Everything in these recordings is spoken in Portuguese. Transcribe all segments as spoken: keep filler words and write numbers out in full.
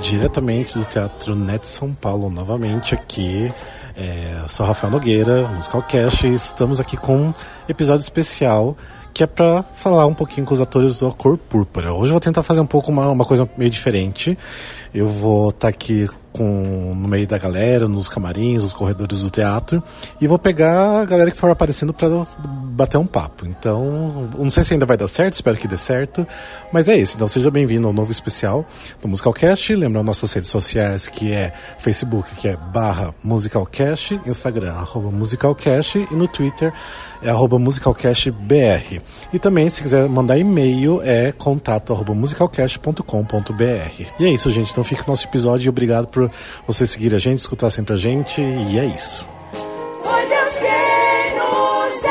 diretamente do Teatro Net São Paulo, novamente aqui. É, eu sou Rafael Nogueira, Musicalcast, e estamos aqui com um episódio especial que é para falar um pouquinho com os atores do A Cor Púrpura. Hoje eu vou tentar fazer um pouco uma, uma coisa meio diferente. Eu vou estar tá aqui com, no meio da galera, nos camarins, nos corredores do teatro, e vou pegar a galera que for aparecendo para bater um papo. Então, não sei se ainda vai dar certo, espero que dê certo, mas é isso. Então seja bem-vindo ao novo especial do Musicalcast. Lembrando nossas redes sociais, que é Facebook, que é barra Musicalcast, Instagram, arroba Musicalcast, e no Twitter é arroba musicalcastbr. E também, se quiser mandar e-mail, é contato arroba musicalcast ponto com ponto br. E é isso, gente. Então fica o nosso episódio e obrigado por você seguir a gente, escutar sempre a gente, e é isso. Foi Deus quem nos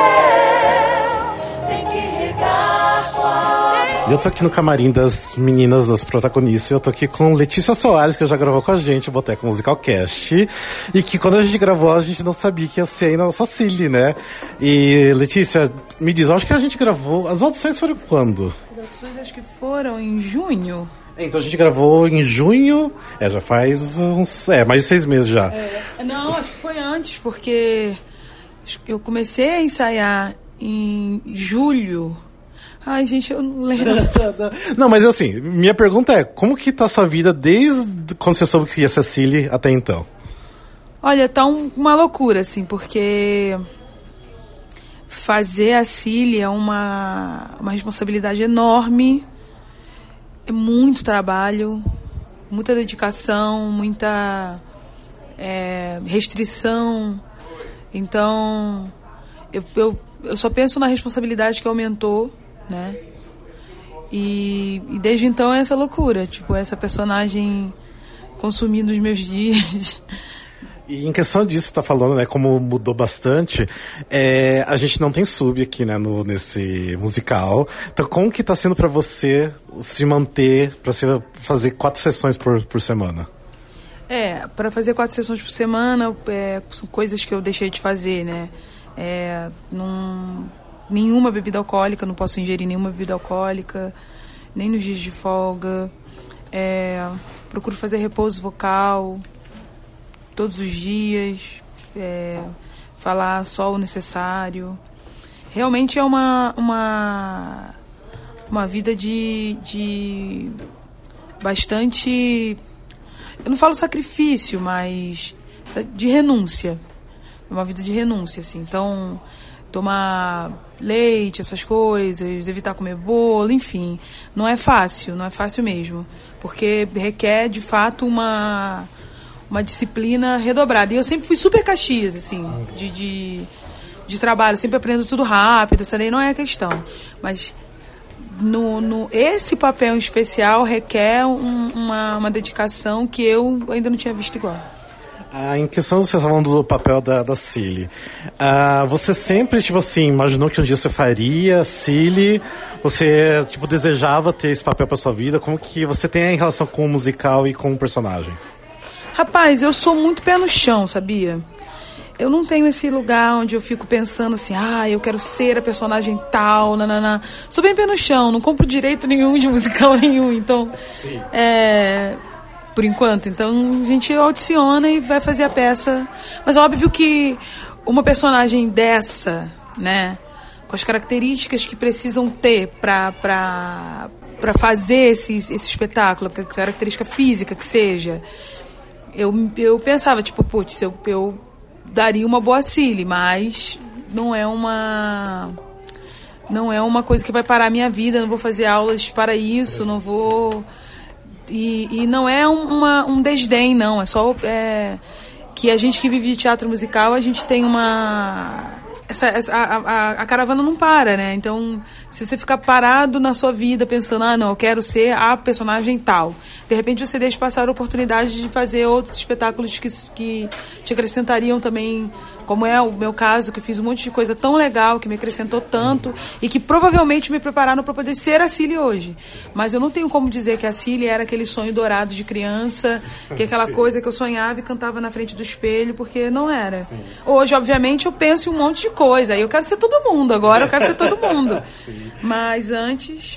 deu, tem que regar com a... E eu tô aqui no camarim das meninas, das protagonistas. Eu tô aqui com Letícia Soares, que já gravou com a gente o Boteco Musicalcast, e que quando a gente gravou, a gente não sabia que ia ser aí na nossa Cile, né? E Letícia, me diz, eu acho que a gente gravou, as audições foram quando? As audições acho que foram em junho. Então a gente gravou em junho, é, já faz uns, é, mais de seis meses já. É, não, acho que foi antes, porque eu comecei a ensaiar em julho. Ai, gente, eu não lembro. Não, mas assim, minha pergunta é, como que tá a sua vida desde quando você soube que ia ser Cile até então? Olha, tá um, uma loucura, assim, porque fazer a Cile é uma, uma responsabilidade enorme. É muito trabalho, muita dedicação, muita é, restrição. Então, eu, eu, eu só penso na responsabilidade que aumentou, né? E, e desde então é essa loucura, tipo, essa personagem consumindo os meus dias. E em questão disso, você tá falando, né, como mudou bastante, é, a gente não tem sub aqui, né, no, nesse musical. Então, como que tá sendo pra você se manter, pra você fazer quatro sessões por, por semana? É, pra fazer quatro sessões por semana, é, são coisas que eu deixei de fazer, né? É, não, nenhuma bebida alcoólica, não posso ingerir nenhuma bebida alcoólica, nem nos dias de folga. É, procuro fazer repouso vocal todos os dias, é, falar só o necessário. Realmente é uma, uma, uma vida de, de bastante... Eu não falo sacrifício, mas de renúncia. É uma vida de renúncia, assim. Então, tomar leite, essas coisas, evitar comer bolo, enfim. Não é fácil, não é fácil mesmo. Porque requer, de fato, uma... uma disciplina redobrada. E eu sempre fui super Caxias, assim, de, de, de trabalho. Sempre aprendo tudo rápido, essa daí não é a questão. Mas no, no, esse papel em especial requer um, uma, uma dedicação que eu ainda não tinha visto igual. Ah, em questão, você falando do papel da, da Cile, ah, você sempre, tipo assim, imaginou que um dia você faria Cile? Você, tipo, desejava ter esse papel pra sua vida? Como que você tem em relação com o musical e com o personagem? Rapaz, eu sou muito pé no chão, sabia? Eu não tenho esse lugar onde eu fico pensando assim, ah, eu quero ser a personagem tal, nananã. Sou bem pé no chão, não compro direito nenhum de musical nenhum, então... Sim. É... Por enquanto, então a gente audiciona e vai fazer a peça. Mas óbvio que uma personagem dessa, né, com as características que precisam ter pra, pra, pra fazer esse, esse espetáculo, característica física que seja... Eu, eu pensava, tipo, putz, eu, eu daria uma boa Cile, mas não é uma não é uma coisa que vai parar a minha vida, não vou fazer aulas para isso, não vou... E, e não é uma, um desdém, não, é só é, que a gente que vive de teatro musical, a gente tem uma... Essa, essa, a, a, a caravana não para, né? Então, se você ficar parado na sua vida pensando, ah, não, eu quero ser a personagem tal, de repente você deixa passar a oportunidade de fazer outros espetáculos que, que te acrescentariam também, como é o meu caso, que eu fiz um monte de coisa tão legal, que me acrescentou tanto e que provavelmente me prepararam para poder ser a Cile hoje. Mas eu não tenho como dizer que a Cile era aquele sonho dourado de criança, que é aquela Sim. coisa que eu sonhava e cantava na frente do espelho, porque não era. Sim. Hoje, obviamente, eu penso em um monte de coisa. Aí eu quero ser todo mundo agora, eu quero ser todo mundo. Mas antes...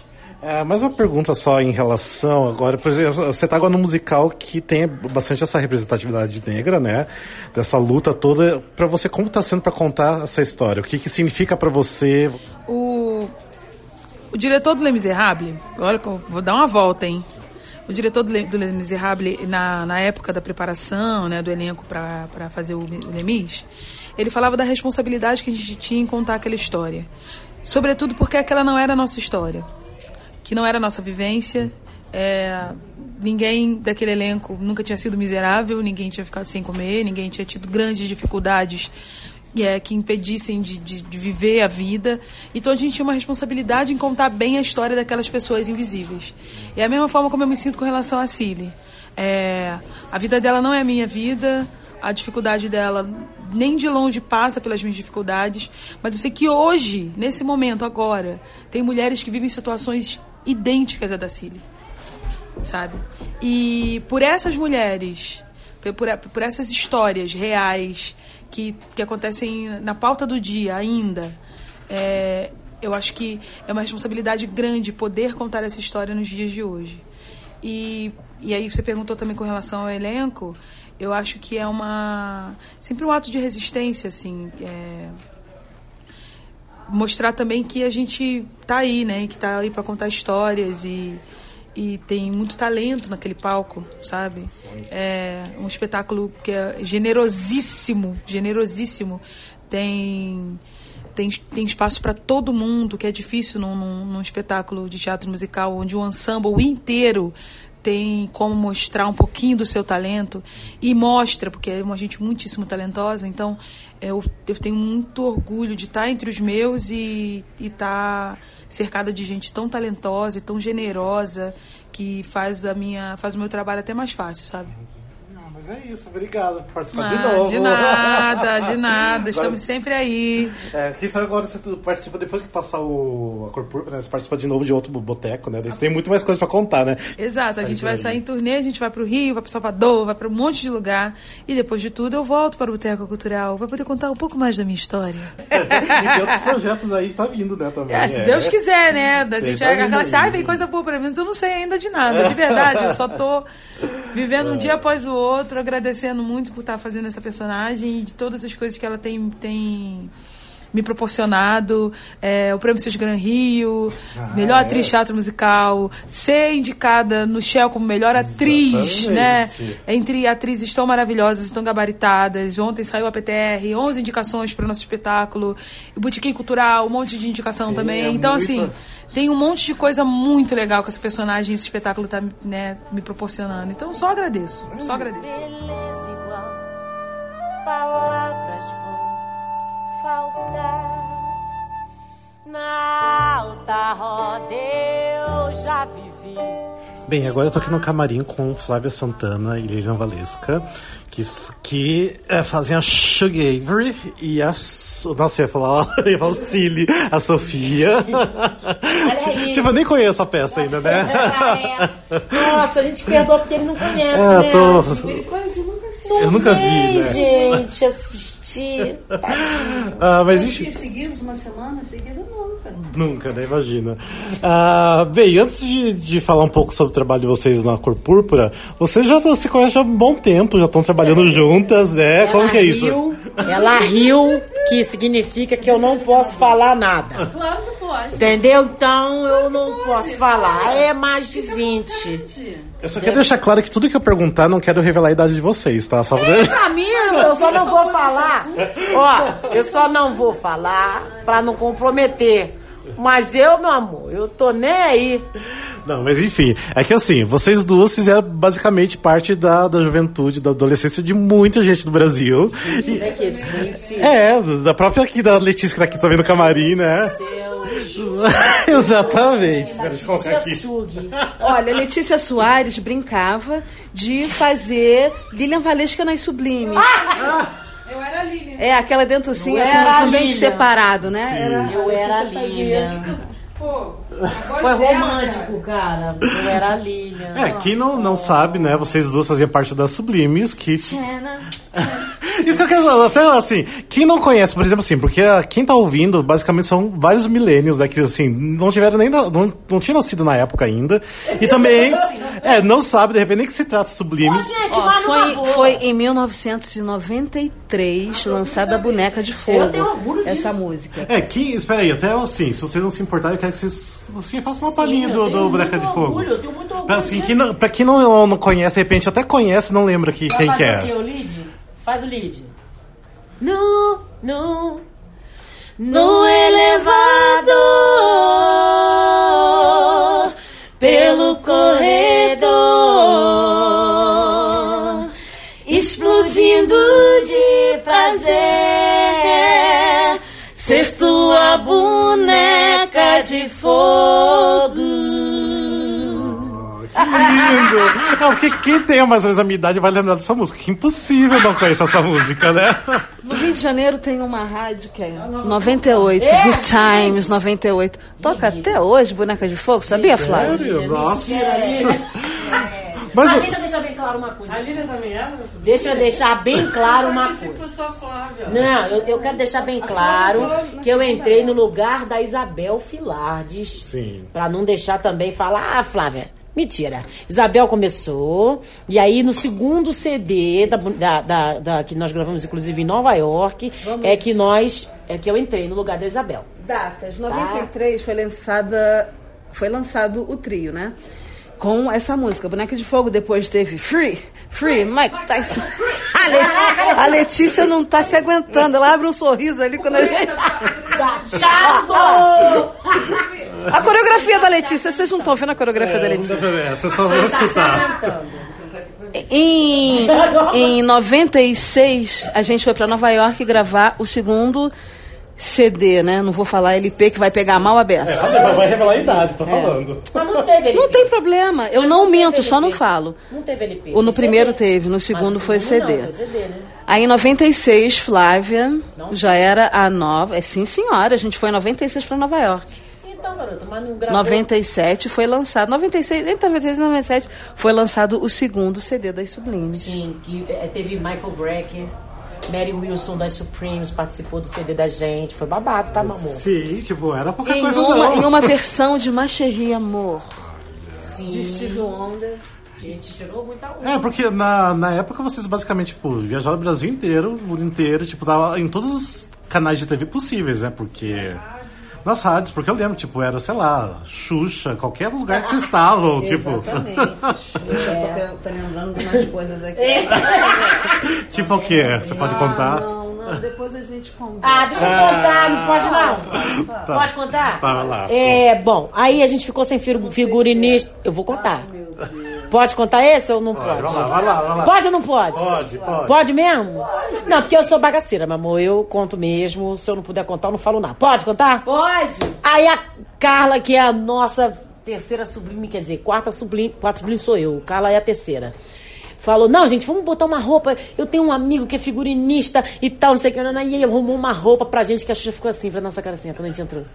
É, mais uma pergunta só em relação agora, por exemplo, você tá agora num musical que tem bastante essa representatividade negra, né? Dessa luta toda. Pra você, como tá sendo pra contar essa história? O que que significa pra você? O, o diretor do Les Miserables, agora que eu vou dar uma volta, hein? O diretor do, Le, do Les Miserables, na, na época da preparação, né, do elenco pra, pra fazer o, o Les Mis, ele falava da responsabilidade que a gente tinha em contar aquela história. Sobretudo porque aquela não era a nossa história. Que não era a nossa vivência, é, ninguém daquele elenco nunca tinha sido miserável, ninguém tinha ficado sem comer, ninguém tinha tido grandes dificuldades é, que impedissem de, de, de viver a vida. Então a gente tinha uma responsabilidade em contar bem a história daquelas pessoas invisíveis. E é a mesma forma como eu me sinto com relação a Cília. É, a vida dela não é a minha vida, a dificuldade dela nem de longe passa pelas minhas dificuldades, mas eu sei que hoje, nesse momento, agora, tem mulheres que vivem situações idênticas à da Cília, sabe? E por essas mulheres, por, por essas histórias reais que, que acontecem na pauta do dia ainda, é, eu acho que é uma responsabilidade grande poder contar essa história nos dias de hoje. E, e aí você perguntou também com relação ao elenco, eu acho que é uma sempre um ato de resistência, assim, é, mostrar também que a gente tá aí, né, que tá aí para contar histórias e, e tem muito talento naquele palco, sabe? É um espetáculo que é generosíssimo, generosíssimo, tem tem, tem espaço para todo mundo, que é difícil num, num, num espetáculo de teatro musical onde o ensemble inteiro tem como mostrar um pouquinho do seu talento e mostra, porque é uma gente muitíssimo talentosa. Então eu, eu tenho muito orgulho de estar entre os meus e estar cercada de gente tão talentosa e tão generosa que faz, a minha, faz o meu trabalho até mais fácil, sabe? Mas é isso, obrigado por participar ah, de novo. De nada, de nada, Agora, estamos sempre aí. É, quem sabe agora você participa, depois que passar o, a Cor Púrpura, né, você participa de novo de outro boteco, né? Daí você tem muito mais coisa pra contar, né? Exato, a gente vai daí. sair em turnê, a gente vai pro Rio, vai pro Salvador, vai pra um monte de lugar. E depois de tudo eu volto para o Boteco Cultural pra poder contar um pouco mais da minha história. E tem outros projetos aí que tá vindo, né, também. É, se é. Deus quiser, né? Da gente, tá aquela assim, ai, vem coisa boa pra mim, mas eu não sei ainda de nada, de verdade. Eu só tô vivendo um dia após o outro, agradecendo muito por estar fazendo essa personagem e de todas as coisas que ela tem, tem me proporcionado. É, o Prêmio Sesc Gran Rio, ah, melhor é. atriz teatro musical, ser indicada no Shell como melhor atriz, né? Entre atrizes tão maravilhosas e tão gabaritadas. Ontem saiu a P T R, onze indicações para o nosso espetáculo, o Botequim Cultural, um monte de indicação Sim, também. É então, muito... assim, tem um monte de coisa muito legal que essa personagem, esse espetáculo está, né, me proporcionando. Então, só agradeço, só agradeço. Beleza igual, palavras vão faltar. Na alta roda eu já vivi. Bem, agora eu tô aqui no camarim com Flávia Santana e Lilian Valesca, que, que é, fazem a Sugar Avery e a... Nossa, eu ia falar, eu ia falar o Cília, a Sofia. Tipo, eu nem conheço a peça ainda, né? Nossa, a gente perdoa porque ele não conhece, é, né? Tô... Ele quase nunca assistiu. Eu nunca vi, né? Gente, assistir. Ah, mas enfim. Seguidos, uma semana seguida, nunca. Nunca, né? Imagina. Ah, bem, antes de, de falar um pouco sobre o trabalho de vocês na Cor Púrpura, vocês já se conhecem há um bom tempo, já estão trabalhando juntas, né? Ela Como que é isso? Riu, ela riu, que significa que eu não posso falar nada. Claro que pode. Entendeu? Então eu não posso falar. É mais de vinte. Eu só quero deixar claro que tudo que eu perguntar, não quero revelar a idade de vocês, tá? Só pra... É pra mim, eu só não vou falar. Ó, eu só não vou falar pra não comprometer. Mas eu, meu amor, eu tô nem aí. Não, mas enfim, é que assim, vocês duas fizeram basicamente parte da, da juventude, da adolescência de muita gente do Brasil. E, é, que, gente, é, da própria aqui, da Letícia que tá aqui também no camarim, né? Exatamente. Deixa eu colocar aqui. Olha, Letícia Soares brincava de fazer Lilian Valesca nas Sublimes. Ah! Eu era a Lilian. É, aquela dentucinha com, com dente separado, né? Era, eu era a Lilian. Pô, foi romântico, cara. Eu era a Lilian. É, quem não, não sabe, né? Vocês duas faziam parte das Sublimes, que... Isso que eu quero até assim, quem não conhece, por exemplo, assim, porque quem tá ouvindo, basicamente são vários milênios, né, que assim, não tiveram nem, não, não tinha nascido na época ainda, e também, é, não sabe, de repente, nem que se trata Sublimes. Ô, gente, Ó, mas numa foi, boa. foi em mil novecentos e noventa e três lançada a Boneca de Fogo. Eu tenho orgulho disso. Essa música. É, que, espera aí, até assim, se vocês não se importarem, eu quero que vocês assim, façam uma Sim, palhinha eu do, tenho do Boneca de muito Fogo. orgulho, eu tenho muito orgulho Pra, assim, disso. quem não, pra quem não, não conhece, de repente até conhece, não lembra que, Vai quem fazer que o quê, é. o lead? Faz o lead. No, no, no elevador, pelo corredor, explodindo de prazer, ser sua boneca de fogo. Lindo! Não, porque quem tem mais ou menos a minha idade vai lembrar dessa música. Que impossível não conhecer essa música, né? No Rio de Janeiro tem uma rádio que é noventa e oito, É, Good Times noventa e oito. Toca até hoje Boneca de Fogo, sabia, Flávio? Sério? Nossa! Mas, Mas, deixa eu deixar bem claro uma coisa. A Lívia também é? Deixa eu deixar bem claro uma coisa. Tipo, só Flávia. Não, eu, eu quero deixar bem claro Flávia que eu na entrei segunda. no lugar da Isabel Filardes. Sim. Pra não deixar também falar, ah, Flávia, mentira. Isabel começou, e aí no segundo C D da, da, da- da- que nós gravamos, inclusive, em Nova York, é que nós. É que eu entrei no lugar da Isabel. Datas, noventa e três foi lançada, foi lançado o trio, né? Com essa música, Boneca de Fogo. Depois teve Free, Free, Mike Tyson. A Letícia, a Letícia não tá se aguentando, ela abre um sorriso ali quando a gente... Chato! A coreografia da Letícia, vocês não estão vendo a coreografia da não dá Letícia? pra ver, vocês só vão Tá se escutar. aguentando. Em, em noventa e seis, a gente foi pra Nova York gravar o segundo C D, né? Não vou falar L P, que vai pegar mal a beça. É, vai revelar a idade, tô falando. Mas não teve L P. Não tem problema, eu Mas não teve minto, só L P. não falo. Não teve L P. Ou no foi primeiro C D. teve, no Mas segundo o foi segundo C D. Não, foi C D, né? Aí em noventa e seis, Flávia Não já era a nova. É, sim, senhora, a gente foi em noventa e seis pra Nova York. Então, garota, mas não gravou. noventa e sete foi lançado. noventa e seis, entre noventa e seis e noventa e sete foi lançado o segundo C D das Sublimes. Sim, que é, teve Michael Brecker, Mary Wilson das Supremes participou do C D da gente. Foi babado, tá, meu amor? Sim, tipo, era pouca Em coisa uma, não. em uma versão de Ma Chérie Amor, Sim. de Stevie Wonder. Gente, chegou muita onda. É, porque na, na época vocês basicamente, tipo, viajaram o Brasil inteiro, o mundo inteiro, tipo, tava em todos os canais de T V possíveis, né? Porque... Nas rádios, porque eu lembro, tipo, era, sei lá, Xuxa, qualquer lugar que vocês estavam, tipo... Exatamente. Eu tô, tô lembrando de umas coisas aqui. Tipo o quê? Você pode contar? Não, não, depois a gente conversa. Ah, deixa eu contar, não pode não. Tá. Pode contar? Tá, vai lá. É, bom, aí a gente ficou sem figu- figurinista. Eu vou contar. Pode contar esse ou não pode? Vai lá, vai lá, vai lá. Pode ou não pode? Pode, pode. Pode mesmo? Não, porque eu sou bagaceira, meu amor. Eu conto mesmo. Se eu não puder contar, eu não falo nada. Pode contar? Pode! Aí a Carla, que é a nossa terceira sublime, quer dizer, quarta sublime, quarta sublime sou eu. Carla é a terceira. Falou, não, gente, vamos botar uma roupa. Eu tenho um amigo que é figurinista e tal, não sei o que. E aí arrumou uma roupa pra gente que a Xuxa ficou assim, pra nossa cara assim, quando a gente entrou.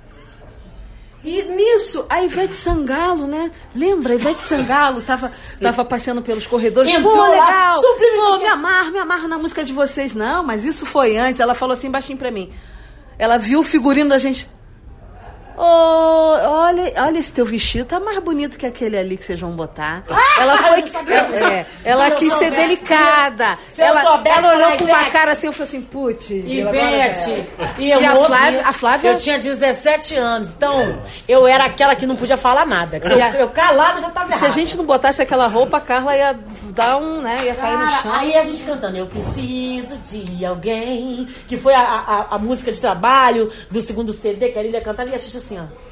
E nisso, a Ivete Sangalo, né? Lembra? A Ivete Sangalo tava, tava passeando pelos corredores. Entrou Pô, lá, legal! Sublime, Pô, isso me aqui. amarro, me amarro na música de vocês. Não, mas isso foi antes. Ela falou assim baixinho pra mim. Ela viu o figurino da gente. Ô, olha, olha esse teu vestido, tá mais bonito que aquele ali que vocês vão botar. Ela foi. É, é, ela Se eu quis ser soubesse, delicada. se eu ela soubesse ela olhou falar, com uma Ivete. cara assim, eu falei assim, putz. Ivete. E a eu Flávia- a Flávia- Eu tinha dezessete anos, então eu era aquela que não podia falar nada. Se eu, E a- eu calada já tava Se a errada. gente não botasse aquela roupa, a Carla ia dar um, né? Ia cair no Cara, chão. aí a gente cantando, eu preciso de alguém, que foi a, a, a música de trabalho do segundo C D que a Lília cantava, e a Xuxa assim, ó.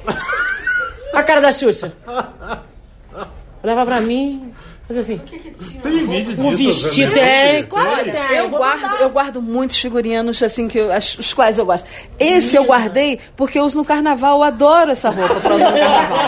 A cara da Xuxa. Olhava pra mim, fazia assim. Tem vídeo disso? O vestido né? tem, claro que tem. Eu vou guardo, botar. eu guardo muitos figurinos assim que eu, as- os quais eu gosto. Esse eu guardei porque eu uso no carnaval, eu adoro essa roupa pra usar no carnaval.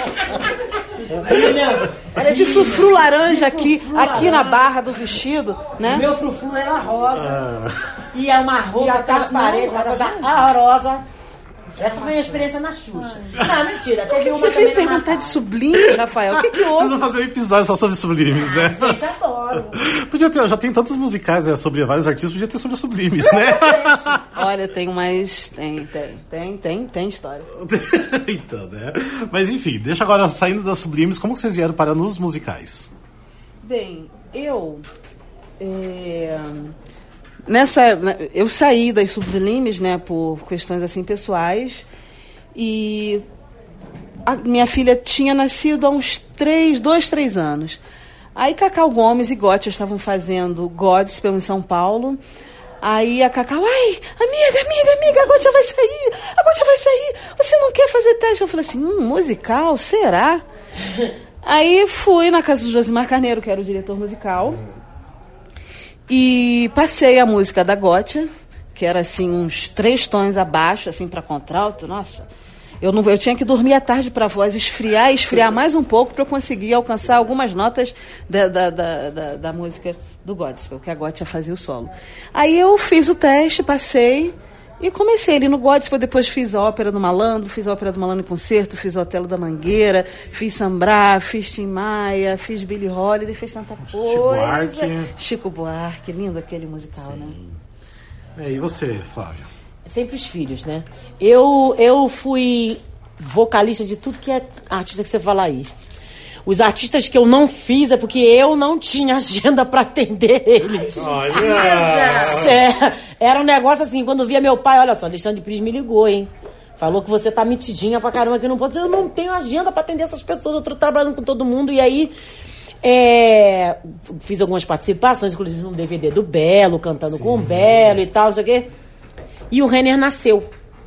Lília, Ela é de frufru laranja aqui, aqui na barra do vestido, né? meu frufru era rosa. E é uma roupa E a cara- transparente, não, uma coisa maravilhosa. horrorosa. Essa foi a minha experiência na Xuxa. Não, mentira. O Teve que, que uma você também veio no perguntar Natal. de sublimes, Rafael? O que que Vocês houve? vão fazer um episódio só sobre sublimes, né? Gente, adoro. adoro. Podia ter, já tem tantos musicais né, sobre vários artistas, podia ter sobre os Sublimes, né? Olha, tem mais... Tem, tem, tem, tem, tem história. Então, né? Mas enfim, deixa agora, saindo das Sublimes, como que vocês vieram para nos musicais? Bem, eu... É, nessa... Eu saí das Sublimes, né, por questões, assim, pessoais. E... A minha filha tinha nascido há uns três, dois, três anos. Aí Cacau Gomes e Gótia estavam fazendo Gospel em São Paulo. Aí a Cacau, ai, amiga, amiga, amiga, a Gótia vai sair, a Gótia vai sair. Você não quer fazer teste? Eu falei assim, hum, musical, será? Aí fui na casa do Josimar Carneiro, que era o diretor musical. E passei a música da Gótia, que era assim, uns três tons abaixo, assim, para contralto, nossa... Eu, não, eu tinha que dormir à tarde para a voz esfriar e esfriar mais um pouco para eu conseguir alcançar algumas notas da, da, da, da, da música do Gospel, que a Gótia fazia o solo. Aí eu fiz o teste, passei e comecei ali no Gospel. Depois fiz a Ópera do Malandro, fiz a Ópera do Malandro em concerto, fiz o Otelo da Mangueira, fiz Sambrá, fiz Tim Maia, fiz Billie Holiday, fiz tanta coisa. Chico Buarque. Chico Buarque, lindo aquele musical, Sim. né? É, e você, Flávia? Sempre os filhos, né? Eu, eu fui vocalista de tudo que é artista que você fala aí. Os artistas que eu não fiz é porque eu não tinha agenda pra atender eles. Olha! Sério, era um negócio assim, quando via meu pai, olha só, Alexandre Pires me ligou, hein? Falou que você tá metidinha pra caramba, que eu não posso. Eu não tenho agenda pra atender essas pessoas, eu tô trabalhando com todo mundo, e aí... É, fiz algumas participações, inclusive no D V D do Belo, cantando Sim. com o Belo e tal, não sei o quê. E o Renner nasceu.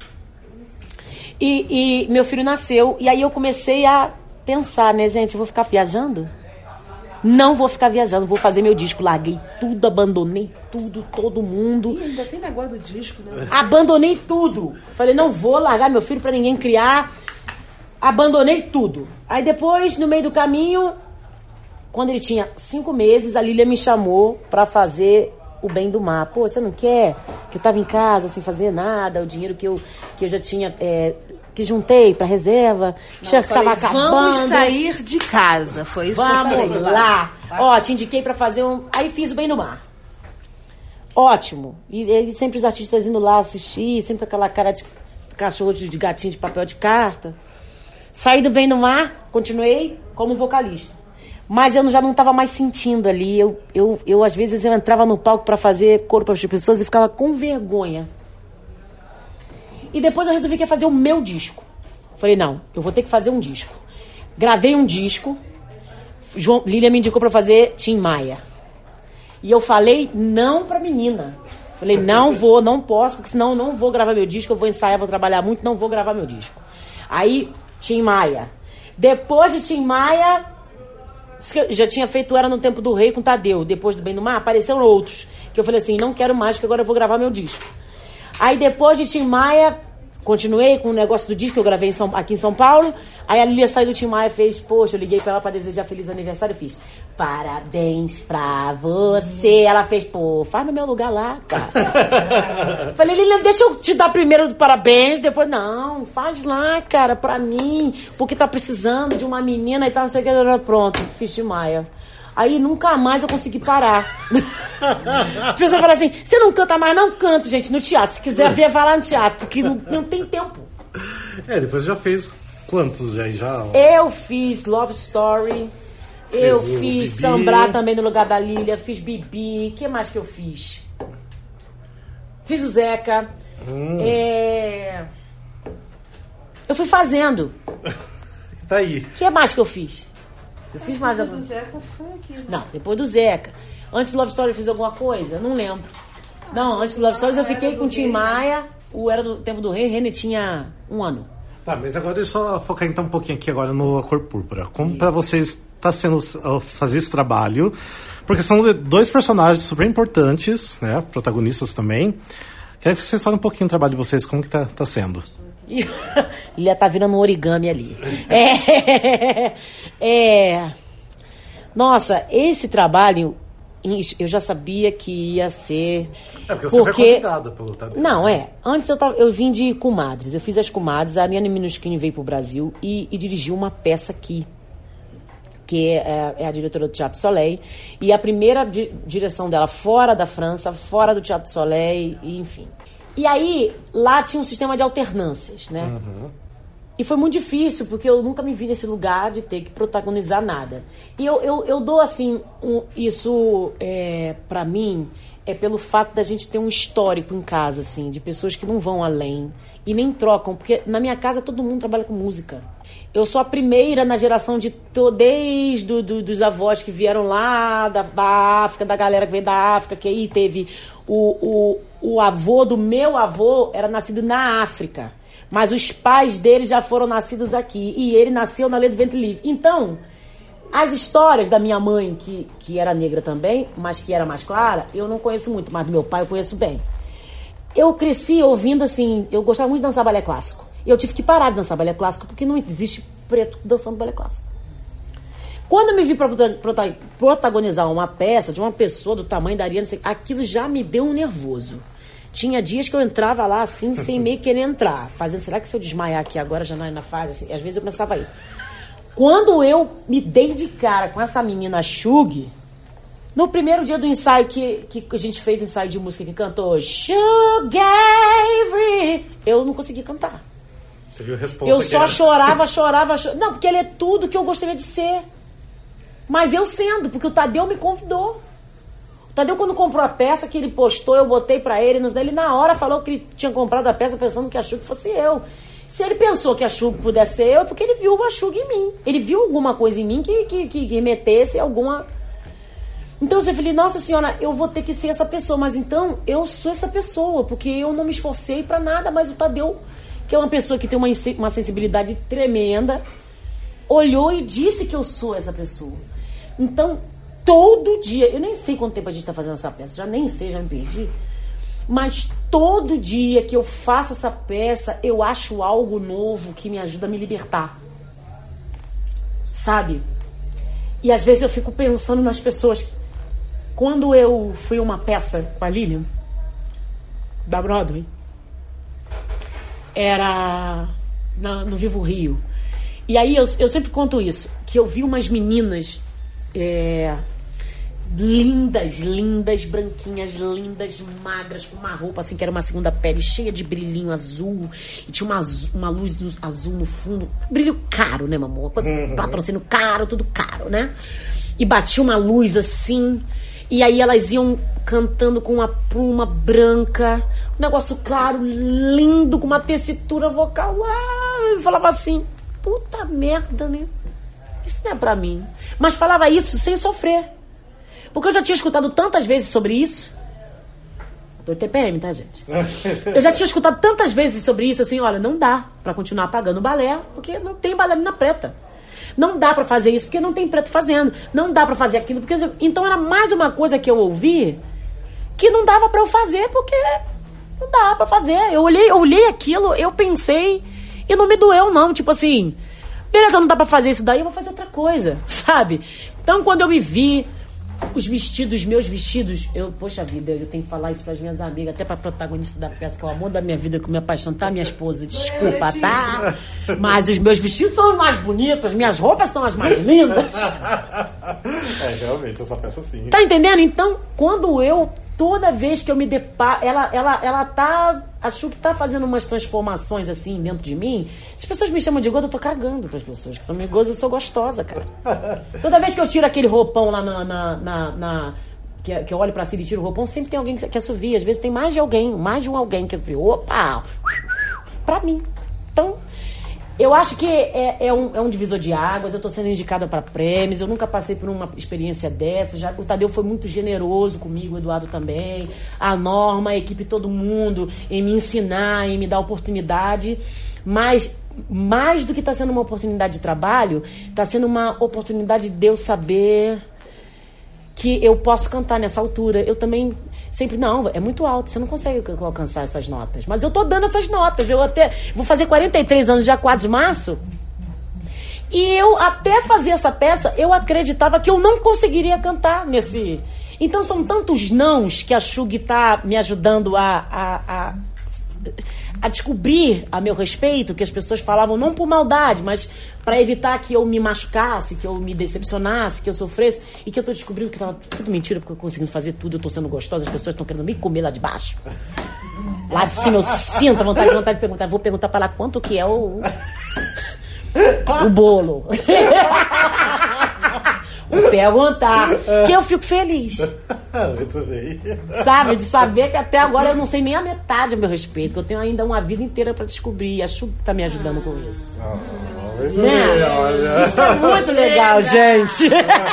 E, e meu filho nasceu. E aí eu comecei a pensar, né, gente? Eu vou ficar viajando? Não vou ficar viajando, vou fazer meu disco. Larguei tudo, abandonei tudo, todo mundo. Ih, ainda tem negócio do disco, né? Abandonei tudo. Falei, não vou largar meu filho pra ninguém criar. Abandonei tudo. Aí depois, no meio do caminho, quando ele tinha cinco meses, a Lília me chamou pra fazer... O Bem do Mar. Pô, você não quer? Que eu tava em casa sem fazer nada, o dinheiro que eu, que eu já tinha, é, que juntei pra reserva, não, já tava acabando. Vamos sair de casa, foi isso Vamos que eu falei. lá. lá. Ó, te indiquei pra fazer um... Aí fiz o Bem do Mar. Ótimo. E, e sempre os artistas indo lá assistir, sempre com aquela cara de cachorro, de, de gatinho de papel de carta. Saí do Bem do Mar, continuei como vocalista. Mas eu já não estava mais sentindo ali. Eu, eu, eu, às vezes, eu entrava no palco para fazer coro para as pessoas e ficava com vergonha. E depois eu resolvi que ia fazer o meu disco. Falei, não, eu vou ter que fazer um disco. Gravei um disco. João, Lília me indicou para fazer Tim Maia. E eu falei não pra menina. Falei, não vou, não posso, porque senão eu não vou gravar meu disco. Eu vou ensaiar, vou trabalhar muito, não vou gravar meu disco. Aí, Tim Maia. Depois de Tim Maia... Já tinha feito Era no Tempo do Rei com Tadeu. Depois do Bem do Mar, apareceram outros. Que eu falei assim, não quero mais, que agora eu vou gravar meu disco. Aí depois de Tim Maia, continuei com o negócio do disco que eu gravei em São, aqui em São Paulo. Aí a Lilia saiu do Tim Maia e fez, poxa, eu liguei pra ela pra desejar feliz aniversário e fiz, parabéns pra você. Ela fez, pô, faz no meu lugar lá, cara. Falei, Lilia, deixa eu te dar primeiro do parabéns, depois, não, faz lá, cara, pra mim, porque tá precisando de uma menina e tal, não sei o que, pronto, fiz Tim Maia. Aí nunca mais eu consegui parar. As pessoas falam assim, você não canta mais? Não canto, gente, no teatro. Se quiser ver, vai lá no teatro, porque não, não tem tempo. É, depois já fez quantos já? já... Eu fiz Love Story, fez eu fiz Bibi. Sambrá também no lugar da Lília, fiz Bibi, o que mais que eu fiz? Fiz o Zeca. Hum. É... Eu fui fazendo. Tá aí. O que mais que eu fiz? Eu fiz mais alguma coisa. Depois do Zeca foi aqui. Né? Não, depois do Zeca. Antes do Love Story eu fiz alguma coisa? Não lembro. Não, antes do Love Story eu fiquei com o Tim Maia. O Era do Tempo do Rei. René tinha um ano. Tá, mas agora deixa eu só focar então um pouquinho aqui agora no A Cor Púrpura. Como pra vocês tá sendo uh, fazer esse trabalho? Porque são dois personagens super importantes, né? Protagonistas também. Quero que vocês falem um pouquinho do trabalho de vocês, como que tá, tá sendo. Ele tá virando um origami ali. É, é, nossa, esse trabalho eu já sabia que ia ser. É porque você porque... foi convidada pelo Tadeu. Não, é. Antes eu, tava, eu vim de Comadres. Eu fiz as Comadres. A Ariane Minuschini veio pro Brasil e, e dirigiu uma peça aqui. que é, é a diretora do Teatro Soleil, e a primeira di- direção dela fora da França, fora do Teatro Soleil, e, enfim. E aí, lá tinha um sistema de alternâncias, né? Uhum. E foi muito difícil, porque eu nunca me vi nesse lugar de ter que protagonizar nada. E eu, eu, eu dou, assim, um, isso, é, pra mim, é pelo fato da gente ter um histórico em casa, assim, de pessoas que não vão além e nem trocam, porque na minha casa todo mundo trabalha com música. Eu sou a primeira na geração de to, desde do, do, dos avós que vieram lá da, da África, da galera que veio da África, que aí teve o, o, o avô do meu avô era nascido na África, mas os pais dele já foram nascidos aqui, e ele nasceu na Lei do Ventre Livre. Então, as histórias da minha mãe, que, que era negra também, mas que era mais clara, eu não conheço muito, mas do meu pai eu conheço bem. Eu cresci ouvindo, assim, eu gostava muito de dançar balé clássico. E eu tive que parar de dançar balé clássico, porque não existe preto dançando balé clássico. Quando eu me vi para protagonizar uma peça de uma pessoa do tamanho da Ariana, aquilo já me deu um nervoso. Tinha dias que eu entrava lá, assim, sem meio querer entrar. Fazendo, será que se eu desmaiar aqui agora já não é na fase? Assim, às vezes eu pensava isso. Quando eu me dei de cara com essa menina Shug, no primeiro dia do ensaio que, que a gente fez o ensaio de música que cantou Shug Avery, eu não consegui cantar. Você viu a resposta? Eu só chorava, chorava, chorava. Não, porque ele é tudo que eu gostaria de ser. Mas eu sendo, porque o Tadeu me convidou. O Tadeu, quando comprou a peça, que ele postou, eu botei pra ele, ele na hora falou que ele tinha comprado a peça pensando que a Shug fosse eu. Se ele pensou que a Shug pudesse ser eu, é porque ele viu a Shug em mim. Ele viu alguma coisa em mim que, que, que remetesse a alguma... Então eu falei, nossa senhora, eu vou ter que ser essa pessoa. Mas então, eu sou essa pessoa, porque eu não me esforcei pra nada. Mas o Tadeu, que é uma pessoa que tem uma, uma sensibilidade tremenda, olhou e disse que eu sou essa pessoa. Então, todo dia, eu nem sei quanto tempo a gente tá fazendo essa peça, já nem sei, já me perdi. Mas todo dia que eu faço essa peça, eu acho algo novo que me ajuda a me libertar. Sabe? E às vezes eu fico pensando nas pessoas. Quando eu fui uma peça com a Lilian, da Broadway, era na, no Vivo Rio. E aí eu, eu sempre conto isso, que eu vi umas meninas... É, lindas, lindas, branquinhas, lindas, magras, com uma roupa assim que era uma segunda pele, cheia de brilhinho azul, e tinha uma, uma luz azul no fundo, brilho caro, né, mamãe? Uhum. Patrocínio caro, tudo caro, né? E batia uma luz assim, e aí elas iam cantando com uma pluma branca, um negócio claro, lindo, com uma tessitura vocal. Ah, eu falava assim, puta merda, né? Isso não é pra mim. Mas falava isso sem sofrer. Porque eu já tinha escutado tantas vezes sobre isso. Tô T P M, tá, gente? Eu já tinha escutado tantas vezes sobre isso, assim, olha, não dá pra continuar pagando balé, porque não tem bailarina preta. Não dá pra fazer isso, porque não tem preto fazendo. Não dá pra fazer aquilo, porque... Então era mais uma coisa que eu ouvi que não dava pra eu fazer, porque não dá pra fazer. Eu olhei, eu olhei aquilo, eu pensei, e não me doeu, não. Tipo assim... Beleza, não dá pra fazer isso daí, eu vou fazer outra coisa, sabe? Então, quando eu me vi, os vestidos, meus vestidos, eu, poxa vida, eu tenho que falar isso pras minhas amigas, até pra protagonista da peça, que é o amor da minha vida, com minha paixão, tá, minha esposa? Desculpa, tá? Mas os meus vestidos são os mais bonitos, minhas roupas são as mais lindas. É, realmente, essa peça sim. Tá entendendo? Então, quando eu, toda vez que eu me deparo, ela, ela, ela tá... Acho que tá fazendo umas transformações assim dentro de mim. As pessoas me chamam de gorda, eu tô cagando pras pessoas que são meio gordas, eu sou gostosa, cara. Toda vez que eu tiro aquele roupão lá na... na, na, na que, que eu olho pra cima e tiro o roupão, sempre tem alguém que, que assovia. Às vezes tem mais de alguém, mais de um alguém que assovia. Opa! Pra mim. Então, eu acho que é, é, um, é um divisor de águas. Eu tô sendo indicada pra prêmios. Eu nunca passei por uma experiência dessa. Já, o Tadeu foi muito generoso comigo, o Eduardo também. A Norma, a equipe, todo mundo, em me ensinar, em me dar oportunidade. Mas, mais do que tá sendo uma oportunidade de trabalho, tá sendo uma oportunidade de eu saber que eu posso cantar nessa altura. Eu também... Sempre, não, é muito alto, você não consegue alcançar essas notas. Mas eu tô dando essas notas. Eu até vou fazer quarenta e três anos, dia quatro de março. E eu, até fazer essa peça, eu acreditava que eu não conseguiria cantar nesse... Então são tantos nãos que a Shug tá me ajudando a, a, a a descobrir a meu respeito, que as pessoas falavam não por maldade, mas para evitar que eu me machucasse, que eu me decepcionasse, que eu sofresse, e que eu tô descobrindo que tava tudo mentira, porque eu conseguindo fazer tudo, eu tô sendo gostosa, as pessoas estão querendo me comer lá de baixo. Lá de cima eu sinto a vontade, vontade de perguntar, vou perguntar para lá quanto que é o o bolo. Vou perguntar, que eu fico feliz. Muito bem. Sabe, de saber que até agora eu não sei nem a metade a meu respeito, que eu tenho ainda uma vida inteira pra descobrir, e a Chu tá me ajudando com isso. Oh, muito né? bem, olha. Isso é muito legal, gente.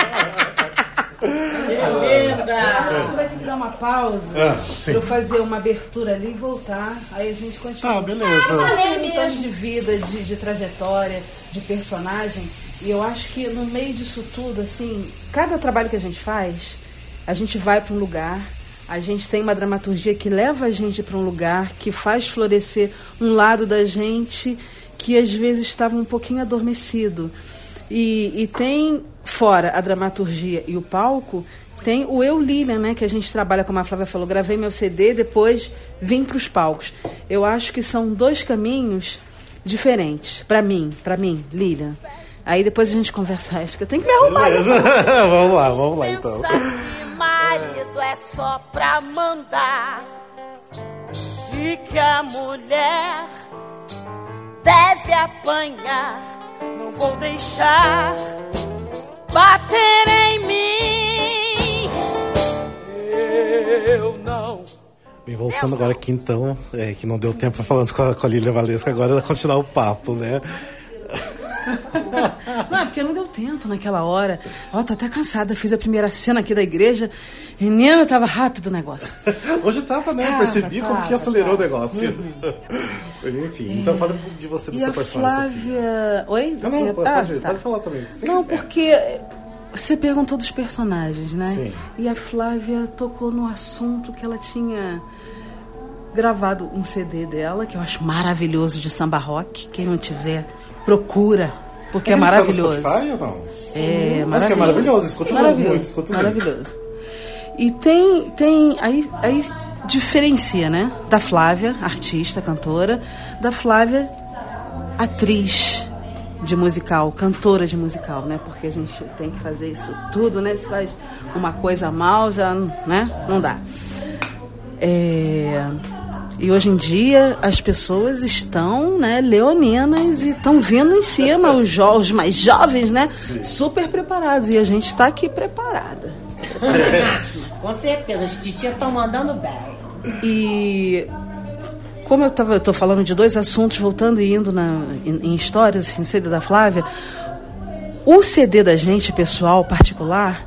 Acho que você vai ter que dar uma pausa Ah, pra eu fazer uma abertura ali e voltar. Aí a gente continua. Ah, beleza. Tem um tanto de vida, de, de trajetória, de personagem. E eu acho que no meio disso tudo, assim, cada trabalho que a gente faz, a gente vai para um lugar, a gente tem uma dramaturgia que leva a gente para um lugar, que faz florescer um lado da gente que às vezes estava um pouquinho adormecido. E, e tem, fora a dramaturgia e o palco, tem o Eu Lilian, né, que a gente trabalha, como a Flávia falou, gravei meu C D, depois vim para os palcos. Eu acho que são dois caminhos diferentes, para mim, para mim, Lilian. Aí depois a gente conversa, acho que eu tenho que me arrumar. Vamos lá, vamos lá então. Pensa que marido é só pra mandar e que a mulher deve apanhar. Não vou deixar bater em mim. Eu não. Bem, voltando agora aqui então, é, que não deu tempo pra falar com a, com a Lilian Valesca, agora vai continuar o papo, né? Não, porque não deu tempo naquela hora. Ó, tô até cansada. Fiz a primeira cena aqui da igreja. Menina, tava rápido o negócio. Hoje tava, né? Tava, Percebi tava, como que acelerou tava. o negócio. Uhum. Enfim, então fala de você, do E seu a personagem, Sofia. Flávia... Oi? Não, não, pode, Ah, pode, tá. pode falar também. Se Não, quiser. porque você perguntou dos personagens, né? Sim. E a Flávia tocou no assunto que ela tinha gravado um C D dela, que eu acho maravilhoso, de samba rock. Quem não tiver, procura, porque é, Ele maravilhoso. Tá no Spotify ou não? É Mas que é maravilhoso, escuto muito, escuto muito. Maravilhoso. E tem, tem aí, aí diferencia, né? Da Flávia, artista, cantora, da Flávia, atriz de musical, cantora de musical, né? Porque a gente tem que fazer isso tudo, né? Se faz uma coisa mal, já, né? Não dá. É... E hoje em dia as pessoas estão, né, leoninas e estão vindo em cima, os, jo- os mais jovens, né, super preparados. E a gente está aqui preparada. Com certeza, as titias estão mandando bem. E como eu estava, eu estou falando de dois assuntos, voltando e indo na, em, em histórias, em C D da Flávia, o C D da gente, pessoal, particular,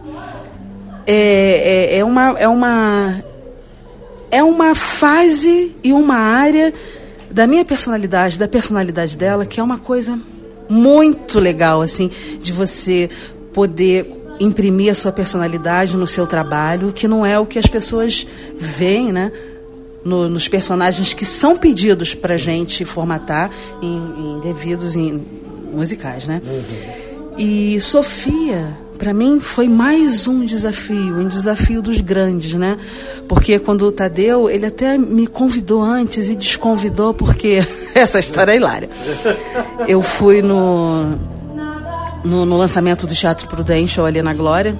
é, é, é uma... É uma É uma fase e uma área da minha personalidade, da personalidade dela, que é uma coisa muito legal, assim, de você poder imprimir a sua personalidade no seu trabalho, que não é o que as pessoas veem, né, no, nos personagens que são pedidos pra gente formatar em, em devidos em musicais, né? Uhum. E Sofia, para mim, foi mais um desafio, um desafio dos grandes, né? Porque quando o Tadeu, ele até me convidou antes e desconvidou, porque essa história é hilária. Eu fui no, no, no lançamento do Teatro Prudential ali na Glória,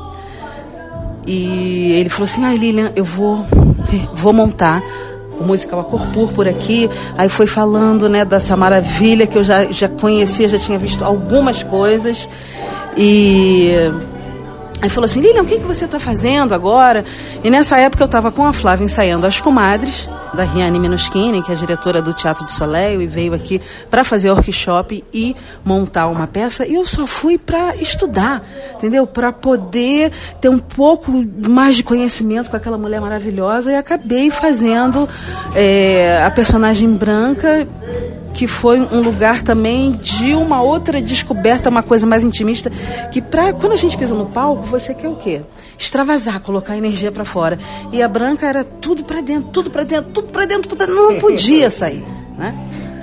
e ele falou assim, ai, Lilian, eu vou, vou montar o musical A Cor Púrpura aqui. Aí foi falando, né, dessa maravilha que eu já, já conhecia, já tinha visto algumas coisas. E aí falou assim, Lilian, o que, que você está fazendo agora? E nessa época eu estava com a Flávia ensaiando As Comadres, da Riane Minuschini, que é a diretora do Teatro de Soleil, e veio aqui para fazer workshop e montar uma peça. E eu só fui para estudar, entendeu? Para poder ter um pouco mais de conhecimento com aquela mulher maravilhosa, e acabei fazendo é, a personagem branca, que foi um lugar também de uma outra descoberta, uma coisa mais intimista, que pra, quando a gente pisa no palco, você quer o quê? Extravasar, colocar energia pra fora. E a branca era tudo pra dentro, tudo pra dentro, tudo pra dentro, tudo pra dentro, não podia sair, né?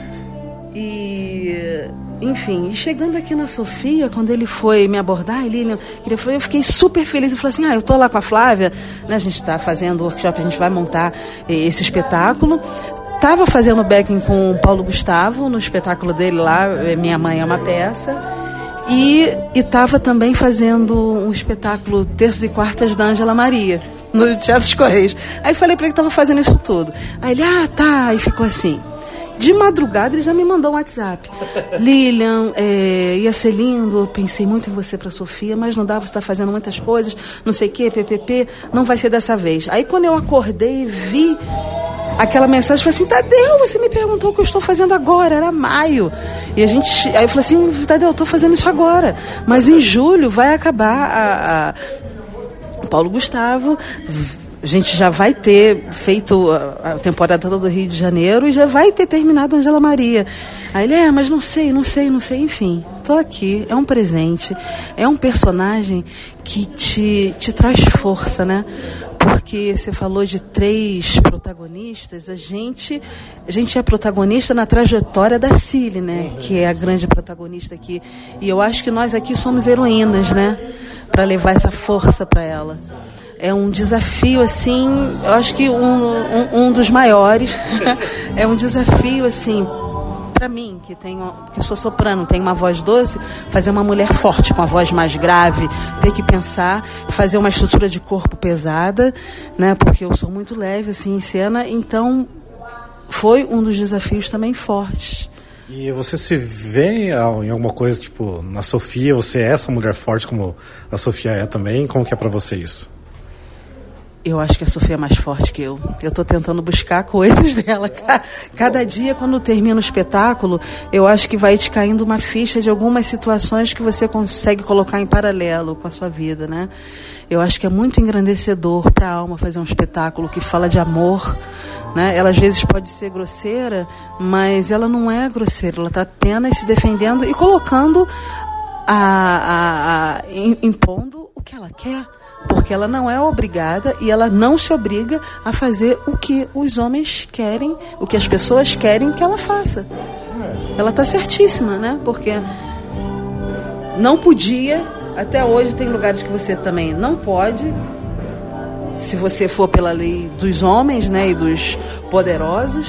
E, enfim, e chegando aqui na Sofia, quando ele foi me abordar, ele, eu fiquei super feliz. Eu falei assim, ah, eu tô lá com a Flávia, né, a gente tá fazendo workshop, a gente vai montar esse espetáculo. estava fazendo backing com o Paulo Gustavo no espetáculo dele lá, Minha Mãe é uma Peça. E estava também fazendo um espetáculo terças e quartas da Ângela Maria, no Teatro dos Correios. Aí falei para ele que estava fazendo isso tudo. Aí ele, ah, tá, e ficou assim. De madrugada ele já me mandou um WhatsApp. Lilian, é, ia ser lindo, eu pensei muito em você para Sofia, mas não dá, você está fazendo muitas coisas, não sei o que, P P P, não vai ser dessa vez. Aí quando eu acordei e vi aquela mensagem, eu falei assim, Tadeu, você me perguntou o que eu estou fazendo agora, era maio. E a gente, aí eu falei assim, Tadeu, eu estou fazendo isso agora. Mas em julho vai acabar a, a Paulo Gustavo, a gente já vai ter feito a, a temporada toda do Rio de Janeiro e já vai ter terminado a Ângela Maria. Aí ele, é, mas não sei, não sei, não sei, enfim, estou aqui, é um presente, é um personagem que te, te traz força, né? Porque você falou de três protagonistas, a gente, a gente é protagonista na trajetória da Cília, né? Que é a grande protagonista aqui. E eu acho que nós aqui somos heroínas, né? Para levar essa força para ela. É um desafio, assim, eu acho que um, um, um dos maiores. É um desafio, assim, para mim, que, tenho, que sou soprano, tenho uma voz doce, fazer uma mulher forte com a voz mais grave, ter que pensar, fazer uma estrutura de corpo pesada, né? Porque eu sou muito leve assim em cena, então foi um dos desafios também fortes. E você se vê em alguma coisa, tipo, na Sofia, você é essa mulher forte como a Sofia é também? Como que é para você isso? Eu acho que a Sofia é mais forte que eu. Eu estou tentando buscar coisas dela. Cada dia, quando termina o espetáculo, eu acho que vai te caindo uma ficha de algumas situações que você consegue colocar em paralelo com a sua vida, né? Eu acho que é muito engrandecedor para a alma fazer um espetáculo que fala de amor, né? Ela às vezes pode ser grosseira, mas ela não é grosseira. Ela está apenas se defendendo e colocando, a, a, a, impondo o que ela quer. Porque ela não é obrigada e ela não se obriga a fazer o que os homens querem, o que as pessoas querem que ela faça. Ela está certíssima, né? Porque não podia, até hoje tem lugares que você também não pode, se você for pela lei dos homens, né, e dos poderosos.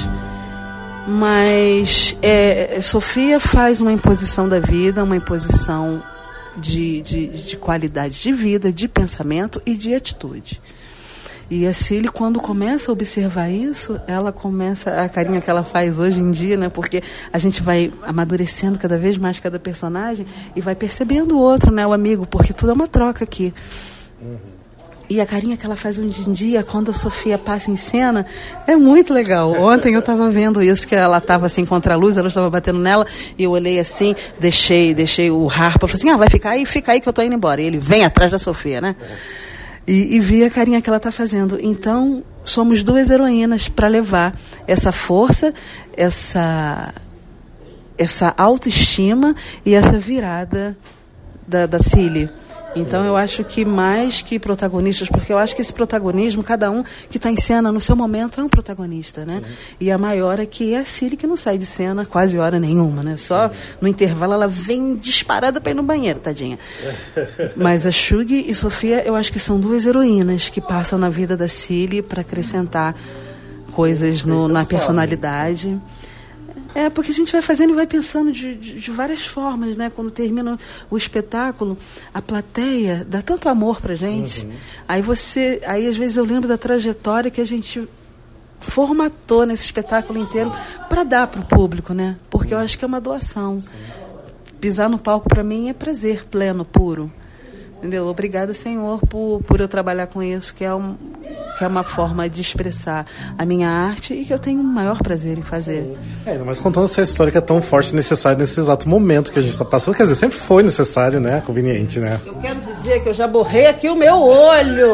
Mas é, Sofia faz uma imposição da vida, uma imposição De, de, de qualidade de vida, de pensamento e de atitude. E a Cília, quando começa a observar isso, ela começa, a carinha que ela faz hoje em dia, né? Porque a gente vai amadurecendo cada vez mais cada personagem e vai percebendo o outro, né? O amigo, porque tudo é uma troca aqui. Uhum. E a carinha que ela faz hoje em dia, quando a Sofia passa em cena, é muito legal. Ontem eu estava vendo isso, que ela estava assim contra a luz, ela estava batendo nela, e eu olhei assim, deixei, deixei o harpa, falei assim, ah, vai ficar aí, fica aí que eu tô indo embora. E ele vem atrás da Sofia, né? E, e vi a carinha que ela está fazendo. Então, somos duas heroínas para levar essa força, essa, essa autoestima e essa virada da, da Cília. Então eu acho que mais que protagonistas, porque eu acho que esse protagonismo, cada um que está em cena no seu momento é um protagonista, né? Sim. E a maior aqui é a Cília, que não sai de cena quase hora nenhuma, né? Só Sim. no intervalo ela vem disparada para ir no banheiro, tadinha. Mas a Shug e Sofia, eu acho que são duas heroínas que passam na vida da Cília para acrescentar coisas no, na personalidade. É, porque a gente vai fazendo e vai pensando de, de, de várias formas, né? Quando termina o espetáculo, a plateia dá tanto amor pra gente. Uhum. Aí você, aí às vezes eu lembro da trajetória que a gente formatou nesse espetáculo inteiro para dar pro público, né? Porque eu acho que é uma doação. Sim. Pisar no palco para mim é prazer pleno, puro. Entendeu? Obrigada, Senhor, por, por eu trabalhar com isso, que é, um, que é uma forma de expressar a minha arte e que eu tenho o maior prazer em fazer. É, mas contando essa história que é tão forte e necessária nesse exato momento que a gente está passando, quer dizer, sempre foi necessário, né? Conveniente, né? Eu quero dizer que eu já borrei aqui o meu olho.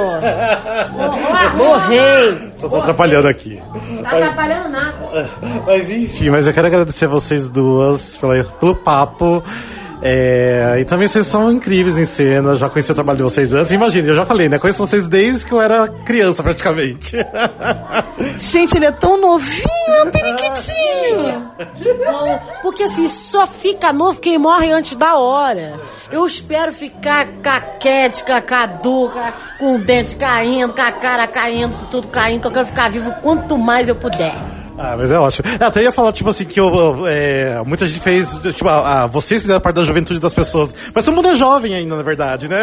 Borrei. Só tô atrapalhando aqui. Não tá atrapalhando nada. Mas enfim, mas eu quero agradecer a vocês duas pela, pelo papo. É, e também vocês são incríveis em cena. Já conheci o trabalho de vocês antes. Imagina, eu já falei, né? Conheço vocês desde que eu era criança, praticamente. Gente, ele é tão novinho, é um periquitinho. Que bom, porque assim, só fica novo quem morre antes da hora. Eu espero ficar caquética, caduca, com o dente caindo, com a cara caindo, com tudo caindo, que eu quero ficar vivo quanto mais eu puder. Ah, mas é ótimo. Eu até ia falar, tipo assim, que eu, é, muita gente fez, tipo, a, a, vocês fizeram parte da juventude das pessoas, mas todo mundo é jovem ainda, na verdade, né?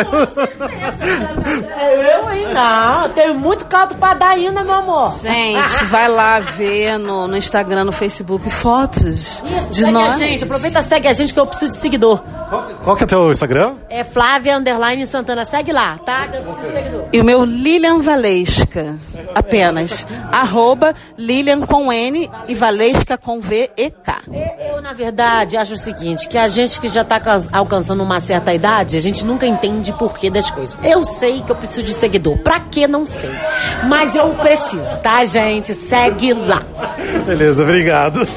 Eu ainda, tenho muito caldo pra dar ainda, meu amor. Gente, vai lá ver no, no Instagram, no Facebook, fotos Isso, de segue nós. a gente, aproveita e segue a gente que eu preciso de seguidor. Qual, qual que é o teu Instagram? É Flávia Underline Santana, segue lá, tá? Que eu preciso de seguidor. E o meu Lilian Valesca, apenas. Arroba Lilian com N e Valesca com V e K. Eu, na verdade, acho o seguinte, que a gente que já tá alcançando uma certa idade, a gente nunca entende porquê das coisas. Eu sei que eu preciso de seguidor. Pra quê? Não sei. Mas eu preciso, tá, gente? Segue lá. Beleza, obrigado.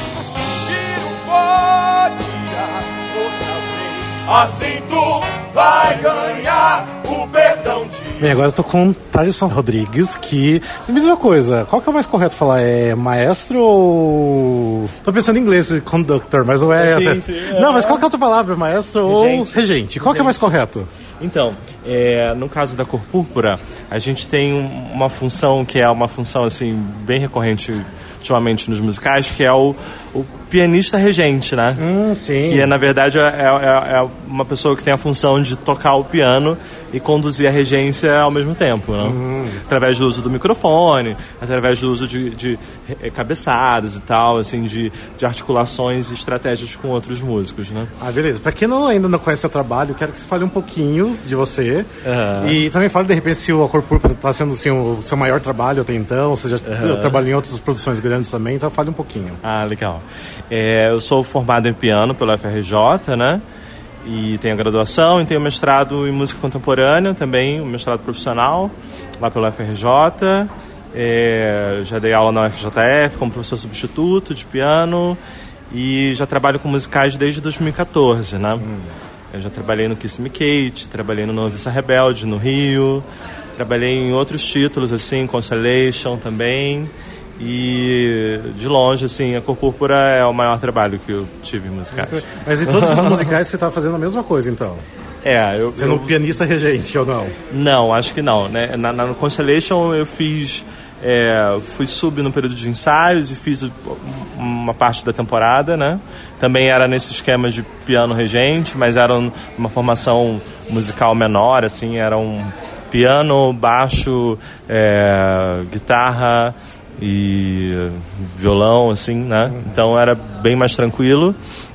Assim tu vai ganhar o perdão de... Bem, agora eu tô com o Thaleson Rodrigues, que... Me diz uma coisa, qual que é o mais correto falar? É maestro ou... Tô pensando em inglês, conductor, mas não é... Sim, essa... sim, é. Não, mas qual que é a outra palavra? Maestro Regente. ou regente? Qual que é mais correto? Então, é, no caso da Cor Púrpura, a gente tem um- uma função que é uma função assim bem recorrente ultimamente nos musicais, que é o, o pianista regente, né? Hum, sim. Que é, na verdade, é, é- é uma pessoa que tem a função de tocar o piano e conduzir a regência ao mesmo tempo, né? Hum. Através do uso do microfone, através do uso de, de eh, cabeçadas e tal, assim, de, de articulações e estratégias com outros músicos, né? Ah, beleza. Pra quem não, ainda não conhece seu trabalho, quero que você fale um pouquinho de você. Aham. E também fale, de repente, se o A Cor Púrpura tá sendo assim, o seu maior trabalho até então, você já trabalhou em outras produções grandes também, então fale um pouquinho. Ah, legal. É, eu sou formado em piano pela F R J, né? E tenho graduação e tenho mestrado em música contemporânea também, um mestrado profissional lá pela F R J. É, já dei aula na U F J F como professor substituto de piano e já trabalho com musicais desde dois mil e catorze, né? Hum. Eu já trabalhei no Kiss Me Kate, trabalhei no Noviça Rebelde, no Rio, trabalhei em outros títulos, assim, Constellation também. E de longe, assim, a Cor Púrpura é o maior trabalho que eu tive em musicais. Mas em todos os musicais você tá fazendo a mesma coisa, então? É, eu... Sendo eu... pianista regente ou não? Não, acho que não, né? Na, na Constellation eu fiz... É, fui sub no período de ensaios e fiz uma parte da temporada, né? Também era nesse esquema de piano regente, mas era uma formação musical menor, assim, era um piano, baixo, é, guitarra e violão, assim, né? Então era bem mais tranquilo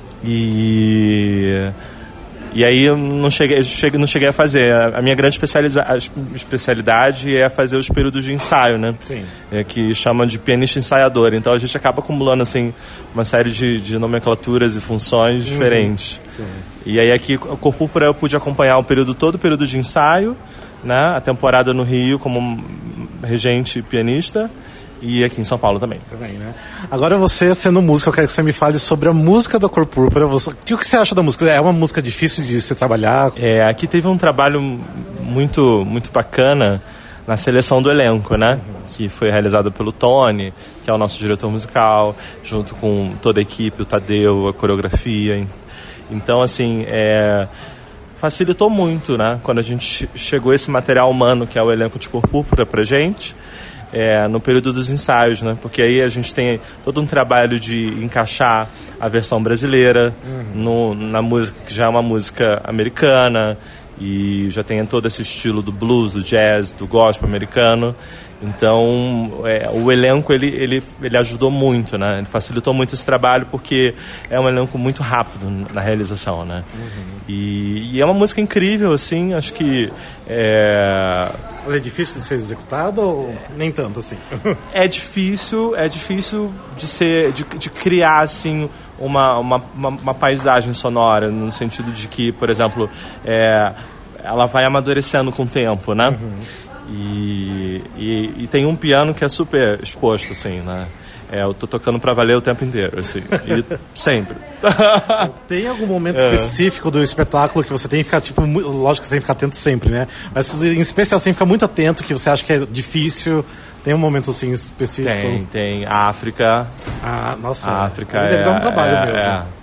e... E aí eu não cheguei, cheguei, não cheguei a fazer. A minha grande especializa, especialidade é fazer os períodos de ensaio, né? Sim. É, que chama de pianista ensaiador. Então a gente acaba acumulando assim, uma série de, de nomenclaturas e funções uhum. diferentes. Sim. E aí aqui, a Cor Púrpura eu pude acompanhar o período todo, o período de ensaio, né? A temporada no Rio como regente pianista. E aqui em São Paulo também. Também, né? Agora você, sendo músico, eu quero que você me fale sobre a música da Cor Púrpura. Você... O que você acha da música? É uma música difícil de se trabalhar? É, aqui teve um trabalho muito, muito bacana na seleção do elenco, né? Uhum. Que foi realizado pelo Tony, que é o nosso diretor musical, junto com toda a equipe, o Tadeu, a coreografia. Então, assim, é... facilitou muito, né? Quando a gente chegou esse material humano, que é o elenco de Cor Púrpura, pra gente... É, no período dos ensaios, né? Porque aí a gente tem todo um trabalho de encaixar a versão brasileira uhum. no, na música, que já é uma música americana e já tem todo esse estilo do blues, do jazz, do gospel americano. Então, é, o elenco, ele, ele, ele ajudou muito, né? Ele facilitou muito esse trabalho porque é um elenco muito rápido na realização, né? Uhum. E, e é uma música incrível, assim, acho que... É... Ela é difícil de ser executada ou nem tanto, assim? É difícil, é difícil de, ser, de, de criar, assim, uma, uma, uma, uma paisagem sonora, no sentido de que, por exemplo, é, ela vai amadurecendo com o tempo, né? Uhum. E, e, e tem um piano que é super exposto, assim, né? É, eu tô tocando pra valer o tempo inteiro, assim, e sempre. Tem algum momento é. específico do espetáculo que você tem que ficar, tipo, lógico que você tem que ficar atento sempre, né? Mas em especial você tem que ficar muito atento, que você acha que é difícil. Tem um momento, assim, específico? Tem, tem. A África... Ah, nossa. A África deve é, dar um trabalho é, mesmo. É.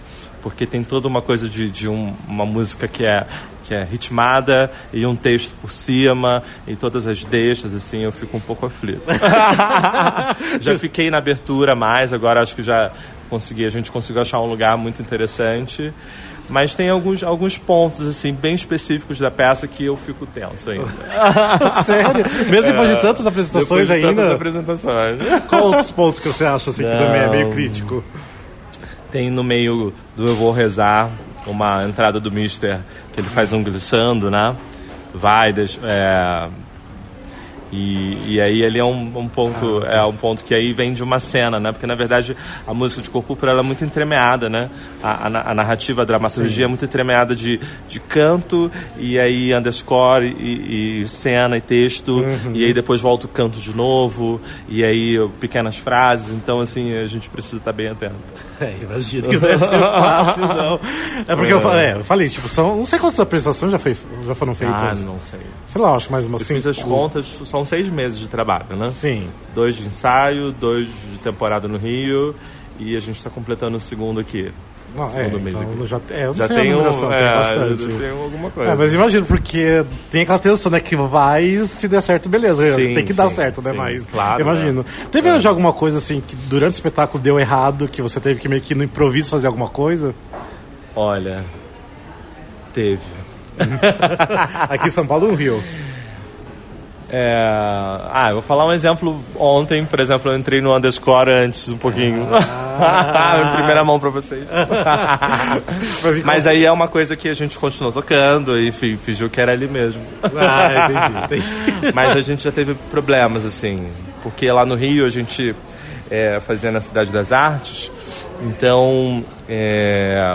porque tem toda uma coisa de, de um, uma música que é, que é ritmada e um texto por cima e todas as deixas, assim, eu fico um pouco aflito. Já fiquei na abertura mais, agora acho que já consegui, a gente conseguiu achar um lugar muito interessante. Mas tem alguns, alguns pontos, assim, bem específicos da peça que eu fico tenso ainda. Sério? Mesmo depois de tantas apresentações depois de ainda? Tantas apresentações. Qual outros pontos que você acha, assim, que Não. também é meio crítico? Tem no meio do Eu Vou Rezar uma entrada do Mister que ele faz um glissando, né? Vai, deixa, é... E, e aí ele é um, um ponto ah, é um ponto que aí vem de uma cena, né? Porque na verdade a música de Cor Púrpura ela é muito entremeada, né? A, a, a narrativa, a dramaturgia Sim. é muito entremeada de, de canto e aí underscore e, e cena e texto uhum. e aí depois volta o canto de novo e aí pequenas frases. Então assim a gente precisa estar bem atento. É, imagino que não deve ser fácil, não. É porque é. Eu, falei, é, eu falei, tipo, são não sei quantas apresentações já, foi, já foram feitas. Ah, não sei. Sei lá, acho que mais umas cinco. Eu fiz as contas, são seis meses de trabalho, né? Sim. Dois de ensaio, dois de temporada no Rio e a gente está completando o segundo aqui. Não, segundo é, mês então, aqui. Já, é, eu já sei tem, a um, tem é, bastante. Já tem alguma coisa. É, mas imagino, porque tem aquela tensão, né? Que vai, se der certo, beleza. Sim, tem que sim, dar certo, né? sim, Mas claro, imagino. É. Teve é. já alguma coisa assim que durante o espetáculo deu errado, que você teve que meio que no improviso fazer alguma coisa? Olha, teve. Aqui em São Paulo ou no Rio? É... Ah, eu vou falar um exemplo. Ontem, por exemplo, eu entrei no underscore antes um pouquinho. Ah. Em primeira mão pra vocês. Mas, Mas aí é uma coisa que a gente continuou tocando e enfim, fingiu que era ali mesmo. Ah, entendi, entendi. Mas a gente já teve problemas, assim. Porque lá no Rio a gente é, fazia na Cidade das Artes. Então... É...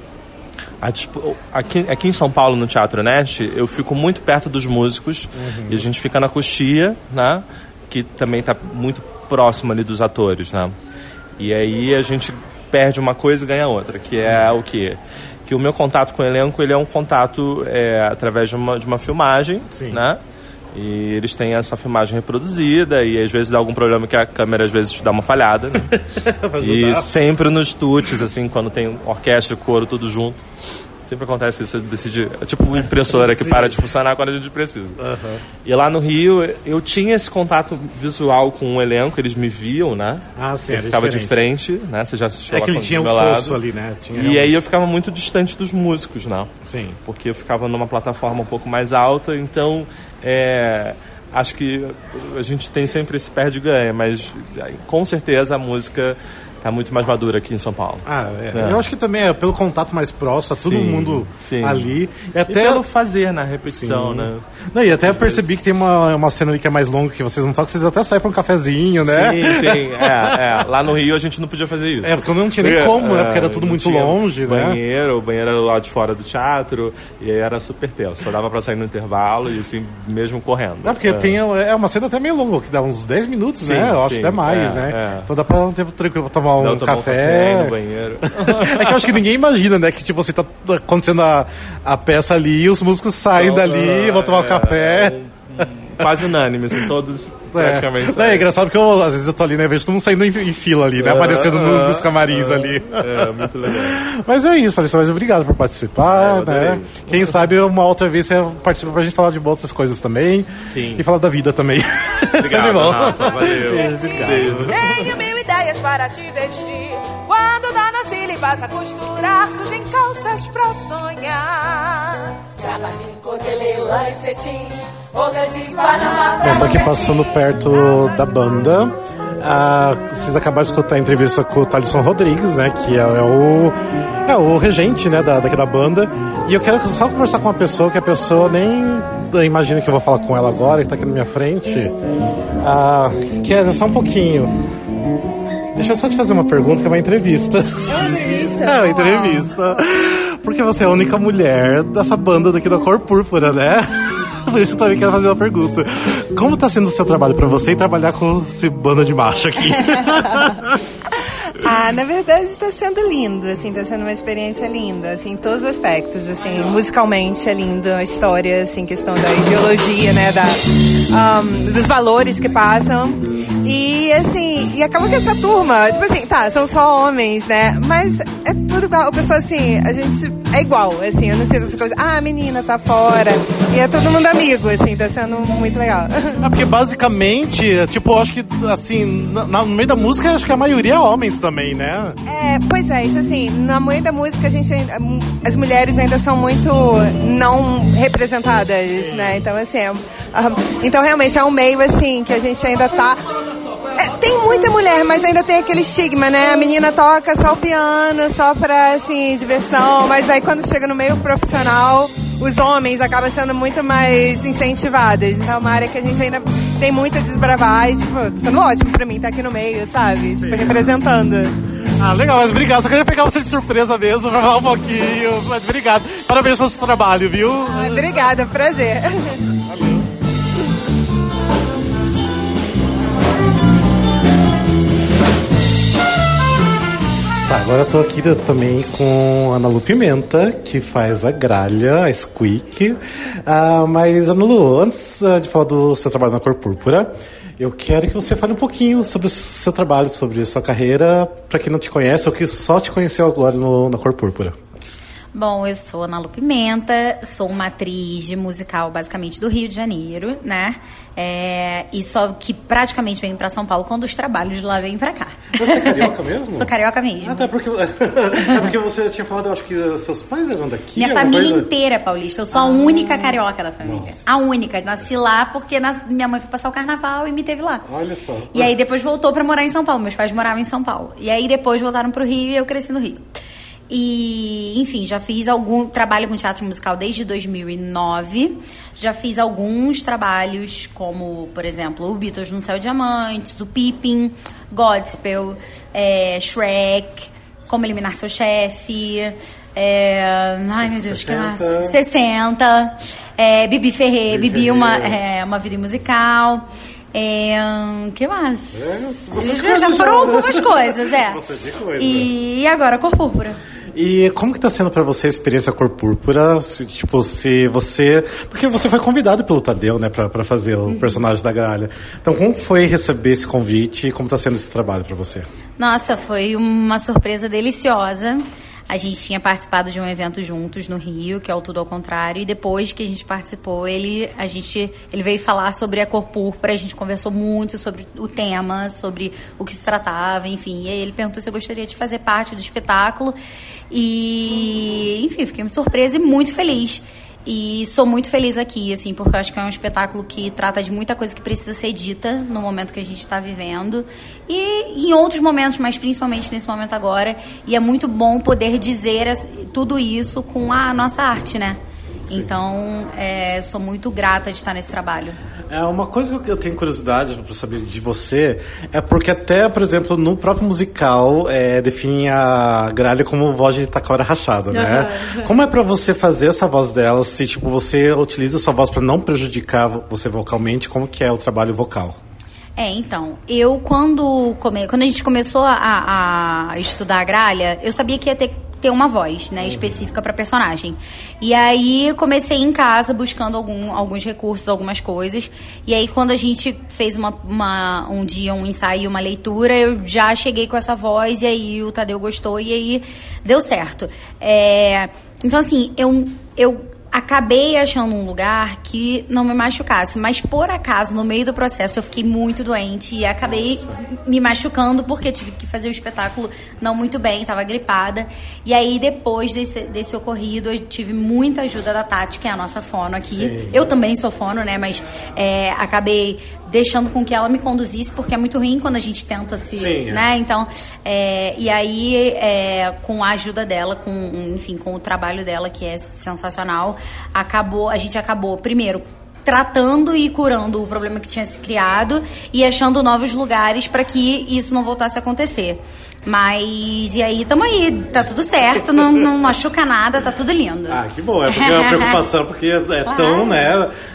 Aqui, aqui em São Paulo, no Teatro Net, eu fico muito perto dos músicos uhum. e a gente fica na coxia, né? Que também está muito próximo ali dos atores, né? E aí a gente perde uma coisa e ganha outra, que é uhum. o quê? Que o meu contato com o elenco, ele é um contato é, através de uma, de uma filmagem, Sim. né? E eles têm essa filmagem reproduzida e às vezes dá algum problema que a câmera às vezes dá uma falhada, né? E sempre nos tutes, assim, quando tem orquestra e coro tudo junto, sempre acontece isso, eu decidi, é tipo uma impressora que para de funcionar quando a gente precisa. Uhum. E lá no Rio, eu tinha esse contato visual com o elenco, eles me viam, né? Ah, sim, eu ficava de frente, né? Você já assistiu é lá que ele tinha um fosso ali, né? Tinha e realmente. Aí eu ficava muito distante dos músicos, né? Sim. Porque eu ficava numa plataforma um pouco mais alta, então... É, acho que a gente tem sempre esse perde-ganha, mas com certeza a música tá muito mais madura aqui em São Paulo. Ah, é. É. Eu acho que também é pelo contato mais próximo, tá todo sim, mundo sim. ali. E até e pelo fazer na repetição, sim. né? Não, e até Às percebi vezes. que tem uma, uma cena ali que é mais longa que vocês não tocam, vocês até saem pra um cafezinho, né? Sim, sim. É, é. Lá no Rio a gente não podia fazer isso. É, porque não tinha nem é, como, né? Porque era tudo muito longe, banheiro, né? Banheiro, o banheiro era lá de fora do teatro, e aí era super tenso. Só dava pra sair no intervalo e assim, mesmo correndo. É, porque é. tem é uma cena até meio longa, que dá uns dez minutos, sim, né? Eu acho sim, até mais, é, né? É. Então dá pra um tempo tranquilo pra tomar um Não, tomar café. Um café no banheiro. É que eu acho que ninguém imagina, né? Que tipo, você tá acontecendo a, a peça ali, os músicos saem então, dali, vão tomar um café. É um, um, quase unânime, assim, todos praticamente. É, é engraçado porque eu, às vezes eu tô ali, né? Vejo todo mundo saindo em, em fila ali, né? Uh, Aparecendo no, uh, nos camarins uh, ali. É, muito legal. Mas é isso, Alissa, mas obrigado por participar, é, né? Quem sabe uma outra vez você participa pra gente falar de outras coisas também. Sim. E falar da vida também. Obrigado, bom. Rafa, valeu. Obrigado. Tenho mil ideias para te vestir. Quando Dona Cília passa a costurar, surgem calças pra sonhar. Trabalho, cotelela e cetim. Eu tô aqui passando perto da banda. Ah, vocês acabaram de escutar a entrevista com o Thalisson Rodrigues, né? Que é o, é o regente, né, da, daqui da banda. E eu quero só conversar com uma pessoa que a pessoa nem imagina que eu vou falar com ela agora, que tá aqui na minha frente. Ah, Kézia, só um pouquinho. Deixa eu só te fazer uma pergunta, que é uma entrevista. É uma entrevista? É uma entrevista. Porque você é a única mulher dessa banda daqui da Cor Púrpura, né? Por isso eu também quero fazer uma pergunta. Como tá sendo o seu trabalho pra você e trabalhar com esse bando de macho aqui? Ah, na verdade tá sendo lindo, assim, tá sendo uma experiência linda, assim, em todos os aspectos, assim, musicalmente é lindo, a história, assim, questão da ideologia, né, da, um, dos valores que passam, e, assim, e acaba que essa turma, tipo assim, tá, são só homens, né, mas é tudo igual. O pessoal, assim, a gente é igual, assim, eu não sei dessas coisas. Ah, a menina tá fora. E é todo mundo amigo, assim, tá sendo muito legal. É porque basicamente, tipo, eu acho que, assim, na, no meio da música, acho que a maioria é homens também, né? É, pois é, isso assim, no meio da música, a gente, as mulheres ainda são muito não representadas, né? Então, assim, é, então realmente é um meio, assim, que a gente ainda tá... É, tem muita mulher, mas ainda tem aquele estigma, né? A menina toca só o piano, só pra, assim, diversão, mas aí quando chega no meio profissional, os homens acabam sendo muito mais incentivados. Então é uma área que a gente ainda tem muito a desbravar e, tipo, sendo ótimo pra mim estar aqui no meio, sabe? Tipo, representando. Ah, legal, mas obrigado. Só queria pegar você de surpresa mesmo pra falar um pouquinho, mas obrigado. Parabéns pelo seu trabalho, viu? Ah, obrigada, prazer. Valeu. Tá, agora eu tô aqui também com a Ana Lu Pimenta, que faz a gralha, a Squeak. Ah, mas, Ana Lu, antes de falar do seu trabalho na Cor Púrpura, eu quero que você fale um pouquinho sobre o seu trabalho, sobre a sua carreira, para quem não te conhece ou que só te conheceu agora no, na Cor Púrpura. Bom, eu sou Ana Lu Pimenta, sou uma atriz de musical basicamente do Rio de Janeiro, né? É, e só que praticamente venho pra São Paulo quando os trabalhos de lá vêm pra cá. Você é carioca mesmo? Sou carioca mesmo. Até porque, é porque você tinha falado, eu acho que seus pais eram daqui. Minha família coisa... inteira é paulista, eu sou ah, a única carioca da família. Nossa. A única, nasci lá porque nas... minha mãe foi passar o carnaval e me teve lá. Olha só. E aí depois voltou pra morar em São Paulo, meus pais moravam em São Paulo. E aí depois voltaram pro Rio e eu cresci no Rio. E, enfim, já fiz algum trabalho com teatro musical desde dois mil e nove. Já fiz alguns trabalhos, como, por exemplo, o Beatles no Céu Diamantes, o Pippin, Godspell, é, Shrek, Como Eliminar Seu Chefe, é, ai meu Deus, que mais? sessenta, é, Bibi Ferreira, Bibi, Bibi uma, é, uma Vida Musical. É, que mais? É, já foram algumas coisas, é. Coisa. E, e agora, Cor Púrpura. E como que tá sendo pra você a experiência Cor Púrpura? Se, tipo, se você... Porque você foi convidado pelo Tadeu, né, pra, pra fazer o personagem da gralha. Então, como foi receber esse convite e como tá sendo esse trabalho pra você? Nossa, foi uma surpresa deliciosa. A gente tinha participado de um evento juntos no Rio, que é o Tudo ao Contrário, e depois que a gente participou, ele, a gente, ele veio falar sobre a Cor Púrpura, a gente conversou muito sobre o tema, sobre o que se tratava, enfim, e aí ele perguntou se eu gostaria de fazer parte do espetáculo, e, enfim, fiquei muito surpresa e muito feliz. E sou muito feliz aqui, assim, porque eu acho que é um espetáculo que trata de muita coisa que precisa ser dita no momento que a gente está vivendo. E em outros momentos, mas principalmente nesse momento agora. E é muito bom poder dizer tudo isso com a nossa arte, né? Sim. Então, é, sou muito grata de estar nesse trabalho. É, uma coisa que eu tenho curiosidade para saber de você é porque até, por exemplo, no próprio musical é, define a gralha como voz de taquara rachada, né? Uhum. Como é para você fazer essa voz dela, se tipo, você utiliza a sua voz para não prejudicar você vocalmente, como que é o trabalho vocal? É, então, eu quando, come... quando a gente começou a, a estudar a gralha, eu sabia que ia ter que ter uma voz, né, específica para personagem. E aí comecei em casa buscando algum, alguns recursos, algumas coisas. E aí quando a gente fez uma, uma, um dia um ensaio, uma leitura, eu já cheguei com essa voz e aí o Tadeu gostou e aí deu certo. É, então assim, eu... eu acabei achando um lugar que não me machucasse, mas por acaso, no meio do processo, eu fiquei muito doente e acabei Nossa. me machucando porque tive que fazer o espetáculo não muito bem, estava gripada. E aí, depois desse, desse ocorrido, eu tive muita ajuda da Tati, que é a nossa fono aqui. Sim. Eu também sou fono, né, mas é, acabei deixando com que ela me conduzisse, porque é muito ruim quando a gente tenta se... Sim, né, é. Então, é, e aí, é, com a ajuda dela, com, enfim, com o trabalho dela, que é sensacional, acabou, a gente acabou, primeiro, tratando e curando o problema que tinha se criado e achando novos lugares para que isso não voltasse a acontecer. Mas, e aí, tamo aí, tá tudo certo, não, não machuca nada, tá tudo lindo. Ah, que bom, é porque é uma preocupação, porque é tão, né,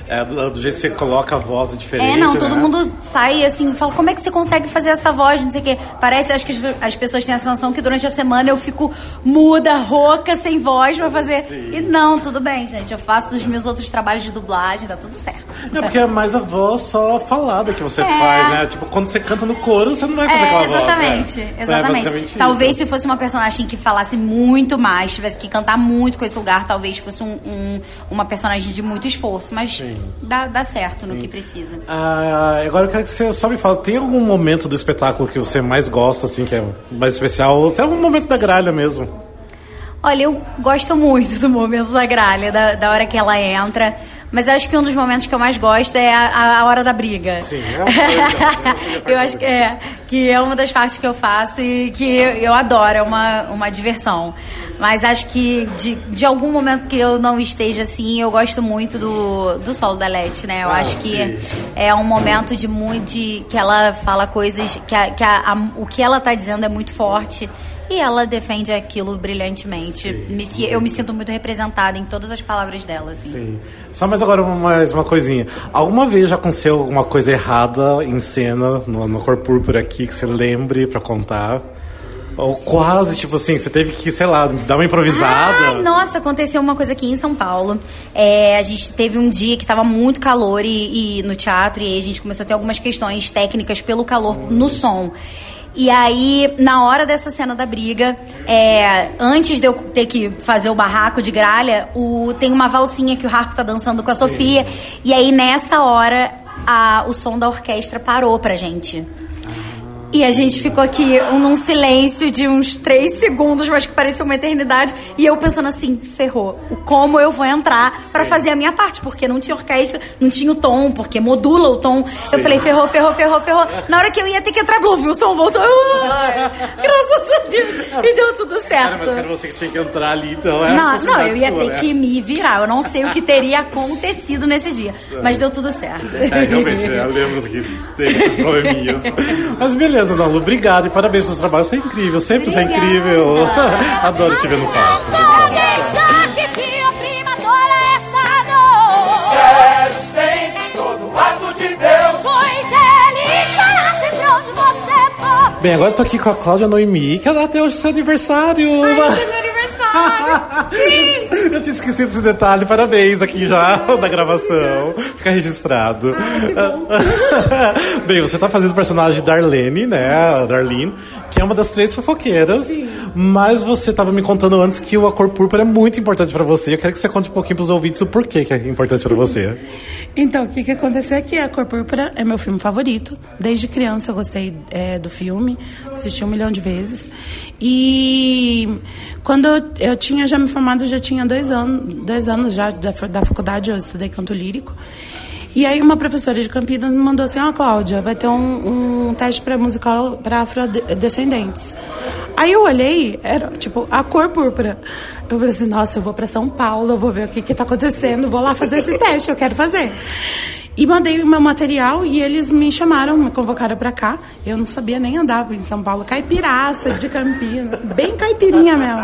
É, do, do jeito que você coloca a voz é diferente. É, não, todo né? mundo sai assim, fala, como é que você consegue fazer essa voz, não sei o quê. Parece, acho que as, as pessoas têm a sensação que durante a semana eu fico muda, rouca, sem voz pra fazer. Sim. E não, tudo bem, gente. Eu faço os meus outros trabalhos de dublagem, dá tudo certo. É porque é mais a voz só falada que você é. faz, né? Tipo, quando você canta no coro, você não vai fazer é, aquela exatamente, voz. Né? Exatamente. É talvez isso. Se fosse uma personagem que falasse muito mais, tivesse que cantar muito com esse lugar, talvez fosse um, um, uma personagem de muito esforço. Mas dá, dá certo no Sim. que precisa. Ah, agora eu quero que você só me fale, tem algum momento do espetáculo que você mais gosta, assim, que é mais especial? Ou até um momento da gralha mesmo? Olha, eu gosto muito do momento da gralha, da, da hora que ela entra. Mas eu acho que um dos momentos que eu mais gosto é a, a hora da briga. Sim, é uma coisa, eu, eu acho que é, que é uma das partes que eu faço e que eu, eu adoro, é uma, uma diversão. Mas acho que de, de algum momento que eu não esteja assim, eu gosto muito do, do solo da Leti, né? Eu ah, acho que sim, sim. é um momento de muito. De, que ela fala coisas. Que, a, que a, a, o que ela tá dizendo é muito forte. E ela defende aquilo brilhantemente. Me, eu me sinto muito representada em todas as palavras dela, assim. Sim. Só mais agora mais uma coisinha. Alguma vez já aconteceu alguma coisa errada em cena, no, no Cor Púrpura aqui, que você lembre pra contar? Ou quase, tipo assim, você teve que, sei lá, dar uma improvisada? Ah, nossa, aconteceu uma coisa aqui em São Paulo. É, a gente teve um dia que tava muito calor e, e no teatro, e aí a gente começou a ter algumas questões técnicas pelo calor hum. no som. E aí, na hora dessa cena da briga, é, antes de eu ter que fazer o barraco de gralha, o, tem uma valsinha que o Harpo tá dançando com a Sim. Sofia. E aí, nessa hora, a, o som da orquestra parou pra gente. E a gente ficou aqui um, num silêncio de uns três segundos, mas que parecia uma eternidade. E eu pensando assim, ferrou. Como eu vou entrar pra fazer a minha parte? Porque não tinha orquestra, não tinha o tom, porque modula o tom. Sim. Eu falei, ferrou, ferrou, ferrou, ferrou. Na hora que eu ia ter que entrar, blum, o som voltou. Ai, graças a Deus. E deu tudo certo. Cara, mas era você que tinha que entrar ali, então é Não, não, eu ia sua, ter né? que me virar. Eu não sei o que teria acontecido nesse dia. Mas deu tudo certo. É, realmente, eu lembro que teve esses probleminhas. Mas beleza. Não, Lu, obrigado e parabéns pelos trabalhos. Você é incrível, sempre você é incrível. Adoro te ver no palco. Deixa que te oprima toda essa dor. Quero os tempos, todo ato de Deus. Pois ele estará sempre onde você for. Bem, agora eu tô aqui com a Cláudia Noemi, que ela até hoje é seu aniversário. Ai, é meu aniversário. Sim. Eu tinha esquecido esse detalhe, parabéns aqui já da gravação. Fica registrado. Ai, que bom. Bem, você tá fazendo o personagem de Darlene, né? A Darlene, que é uma das três fofoqueiras. Sim. Mas você tava me contando antes que a Cor Púrpura é muito importante pra você. Eu quero que você conte um pouquinho pros ouvintes o porquê que é importante pra você. Então, o que que aconteceu é que a Cor Púrpura é meu filme favorito. Desde criança eu gostei é, do filme, assisti um milhão de vezes. E quando eu, eu tinha já me formado, já tinha dois anos, dois anos já da, da faculdade, eu estudei canto lírico. E aí uma professora de Campinas me mandou assim, ó, oh, Cláudia, vai ter um, um teste para musical para afrodescendentes. Aí eu olhei, era tipo a Cor Púrpura. Eu falei assim, nossa, eu vou para São Paulo, eu vou ver o que que tá acontecendo, vou lá fazer esse teste, eu quero fazer. E mandei o meu material e eles me chamaram, me convocaram pra cá. Eu não sabia nem andar em São Paulo. Caipiraça de Campinas. Bem caipirinha mesmo.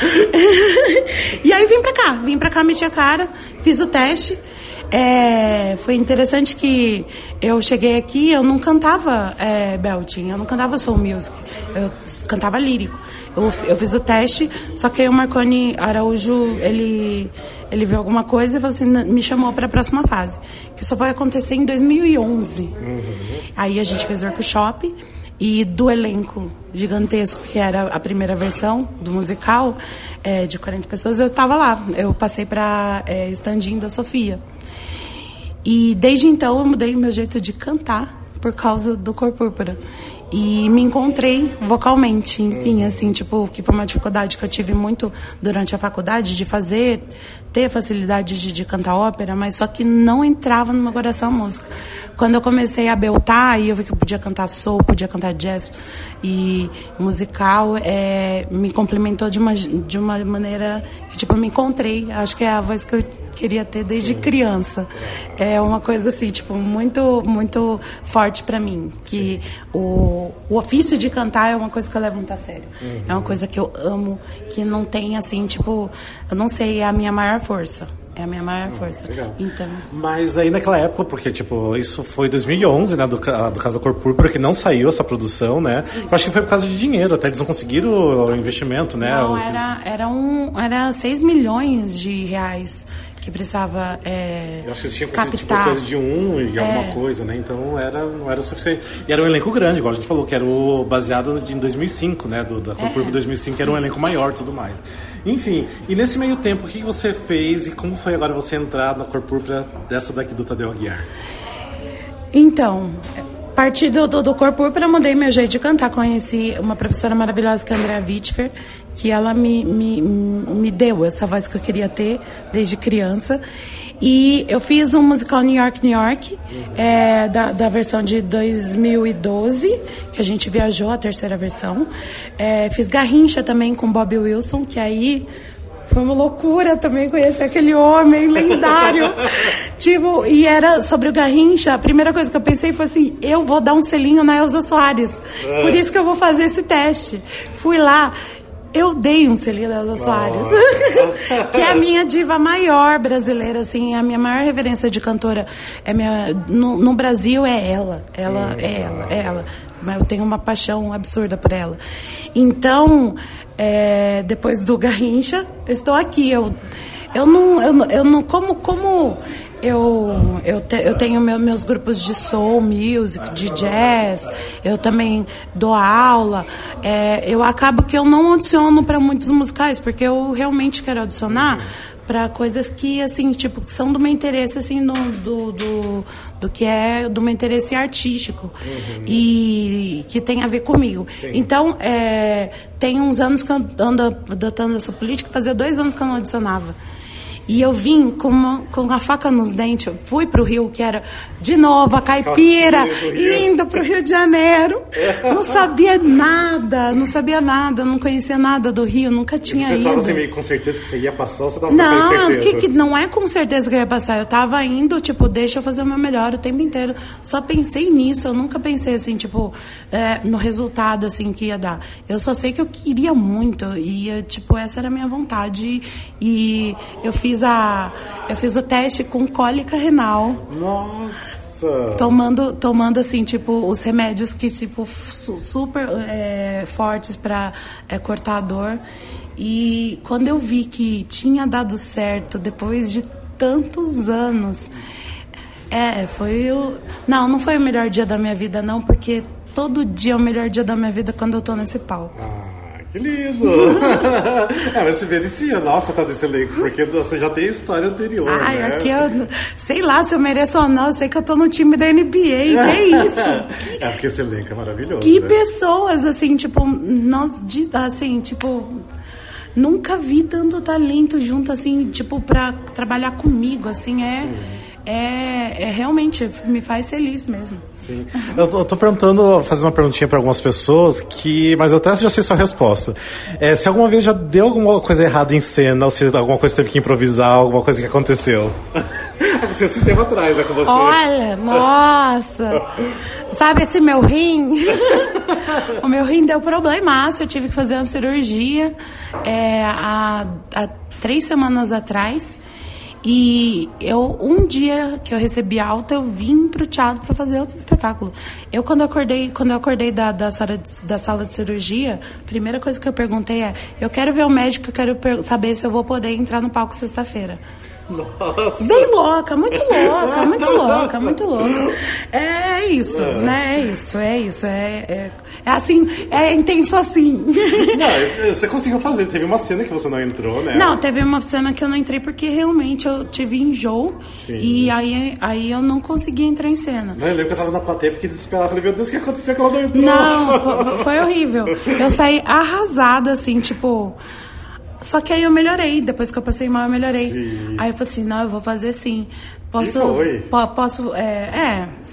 E aí vim pra cá. Vim pra cá, meti a cara, fiz o teste. É, foi interessante que eu cheguei aqui, eu não cantava é, belting, eu não cantava soul music, eu cantava lírico. Eu, eu fiz o teste, só que aí o Marconi Araújo, ele, ele viu alguma coisa e falou assim, me chamou para a próxima fase, que só vai acontecer em dois mil e onze. Uhum. Aí a gente fez o workshop e do elenco gigantesco, que era a primeira versão do musical, é, de quarenta pessoas, eu estava lá. Eu passei para é, stand-in da Sofia. E desde então eu mudei o meu jeito de cantar por causa do Cor Púrpura. E me encontrei vocalmente, enfim, assim, tipo, que foi uma dificuldade que eu tive muito durante a faculdade de fazer, ter facilidade de, de cantar ópera, mas só que não entrava no meu coração a música. Quando eu comecei a beltar, e eu vi que eu podia cantar soul, podia cantar jazz e musical, é, me complementou de uma, de uma maneira que, tipo, eu me encontrei. Acho que é a voz que eu queria ter desde Sim. criança. É uma coisa assim, tipo, muito, muito forte pra mim. Que o, o ofício de cantar é uma coisa que eu levo muito a sério. Uhum. É uma coisa que eu amo, que não tem assim, tipo, eu não sei, é a minha maior força. É a minha maior força. Legal. Então... Mas aí naquela época, porque tipo, isso foi dois mil e onze, né, do, do caso da Cor Púrpura, que não saiu essa produção, né? Isso. Eu acho que foi por causa de dinheiro, até eles não conseguiram o investimento, né? Não, o... era, era, um, era seis milhões de reais que precisava é, eu acho que eles tinham captar. Tipo, coisa de um e alguma é. coisa, né? Então era, não era o suficiente. E era um elenco grande, igual a gente falou, que era o baseado em dois mil e cinco, né? Do, da Cor Púrpura é. dois mil e cinco, que era um elenco maior e tudo mais. Enfim, e nesse meio tempo, o que você fez e como foi agora você entrar na Cor Púrpura dessa daqui do Tadeu Aguiar? Então, a partir do, do, do Cor Púrpura, eu mudei meu jeito de cantar. Conheci uma professora maravilhosa, que é a Andrea Wittfer, que ela me, me, me deu essa voz que eu queria ter desde criança. E eu fiz um musical New York, New York, é, da, da versão de dois mil e doze, que a gente viajou, a terceira versão. É, fiz Garrincha também com Bob Wilson, que aí foi uma loucura também conhecer aquele homem lendário. Tipo, e era sobre o Garrincha, a primeira coisa que eu pensei foi assim, eu vou dar um selinho na Elza Soares, por isso que eu vou fazer esse teste. Fui lá. Eu dei um selinho da Elza Soares, que é a minha diva maior brasileira, assim, a minha maior reverência de cantora é minha, no, no Brasil é ela, ela é ela, é ela, mas eu tenho uma paixão absurda por ela. Então, é, depois do Garrincha, eu estou aqui, eu, eu não, eu, não, eu não, como, como eu, eu, te, eu tenho meu, meus grupos de soul, music, de jazz, eu também dou aula, é, eu acabo que eu não adiciono para muitos musicais, porque eu realmente quero adicionar para coisas que, assim, tipo, são do meu interesse, assim, do, do, do, do que é do meu interesse artístico, uhum. e que tem a ver comigo. Sim. Então, é, tem uns anos que eu ando adotando essa política, fazia dois anos que eu não adicionava. E eu vim com, uma, com a faca nos dentes, eu fui pro Rio, que era, de novo, a caipira, indo pro Rio de Janeiro. Não sabia nada, não sabia nada, não conhecia nada do Rio, nunca tinha você ido. Você tava assim, meio com certeza que você ia passar ou você tava não, com certeza? Que, que não é com certeza que eu ia passar, eu tava indo, tipo, deixa eu fazer o meu melhor o tempo inteiro. Só pensei nisso, eu nunca pensei, assim, tipo, é, no resultado, assim, que ia dar. Eu só sei que eu queria muito, e, tipo, essa era a minha vontade, e eu fiz A, eu fiz o teste com cólica renal. Nossa! Tomando, tomando assim, tipo, os remédios que, tipo, su- super é, fortes para é, cortar a dor. E quando eu vi que tinha dado certo, depois de tantos anos, é, foi o... Não, não foi o melhor dia da minha vida, não, porque todo dia é o melhor dia da minha vida quando eu tô nesse palco. Ah. Que lindo! É, mas você merecia, nossa, tá desse elenco, porque você já tem a história anterior, Ai, né? aqui eu, sei lá se eu mereço ou não, eu sei que eu tô no time da N B A, que é isso? É, porque esse elenco é maravilhoso, Que né? pessoas, assim, tipo, nós, de, assim, tipo, nunca vi tanto talento junto, assim, tipo, pra trabalhar comigo, assim, é, é, é realmente, me faz feliz mesmo. Sim. Eu, tô, eu tô perguntando, fazer uma perguntinha para algumas pessoas, que, mas eu até já sei sua resposta. É, se alguma vez já deu alguma coisa errada em cena, ou se alguma coisa teve que improvisar, alguma coisa que aconteceu. Aconteceu esse tempo atrás, né, com você. Olha, nossa. Sabe esse meu rim? O meu rim deu problemaço, eu tive que fazer uma cirurgia é, há, há três semanas atrás. E eu, um dia que eu recebi alta, eu vim pro teatro para fazer outro espetáculo. Eu, quando eu acordei, quando eu acordei da, da, sala de, da sala de cirurgia, a primeira coisa que eu perguntei é, eu quero ver o médico, eu quero per- saber se eu vou poder entrar no palco sexta-feira. Nossa. Bem louca, muito louca, muito louca, muito louca. É isso, é. né? É isso, é isso. É, é, é assim, é intenso assim. Não, você conseguiu fazer. Teve uma cena que você não entrou, né? Não, teve uma cena que eu não entrei porque realmente eu tive enjoo. Sim. E aí, aí eu não consegui entrar em cena. Não, eu lembro que eu tava na plateia e fiquei desesperada. Falei, meu Deus, o que aconteceu que ela não entrou? Não, foi, foi horrível. Eu saí arrasada, assim, tipo... Só que aí eu melhorei, depois que eu passei mal eu melhorei. Sim. Aí eu falei assim, não, eu vou fazer sim. Posso, e foi? Po, posso, é, é,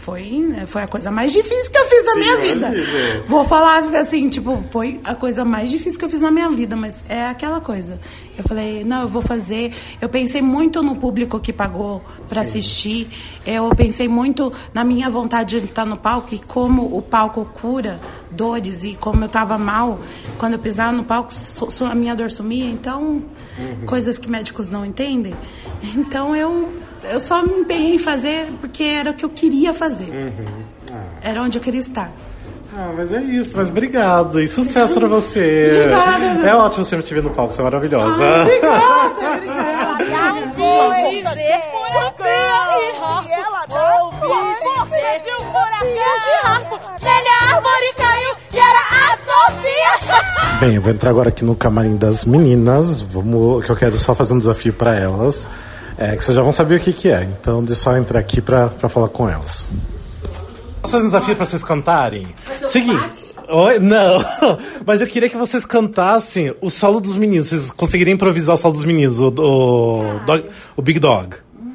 foi, né, foi a coisa mais difícil que eu fiz na Sim, minha vida. imagina. Vou falar assim, tipo, foi a coisa mais difícil que eu fiz na minha vida, mas é aquela coisa. Eu falei, não, eu vou fazer. Eu pensei muito no público que pagou para assistir. Eu pensei muito na minha vontade de estar no palco e como o palco cura dores e como eu estava mal quando eu pisava no palco, so, so, a minha dor sumia. Então, uhum. coisas que médicos não entendem. Então eu eu só me empenhei em fazer porque era o que eu queria fazer. Uhum. Ah. Era onde eu queria estar. Ah, mas é isso, mas obrigado e sucesso pra você. Obrigada. É ótimo sempre te ver no palco, você é maravilhosa. Ah, obrigada, obrigada. Ouvi dizer, Sofia e ela tá ouvi dizer de um furacão de harpo, telha árvore caiu e era a Sofia. Bem, eu vou entrar agora aqui no camarim das meninas, vamos, que eu quero só fazer um desafio pra elas, é, que vocês já vão saber o que que é, então deixa eu só entrar aqui pra, pra falar com elas. Posso fazer um desafio pra vocês cantarem? Seguinte. Oi? Não. Mas eu queria que vocês cantassem o solo dos meninos. Vocês conseguiriam improvisar o solo dos meninos, o, o, dog, o Big Dog.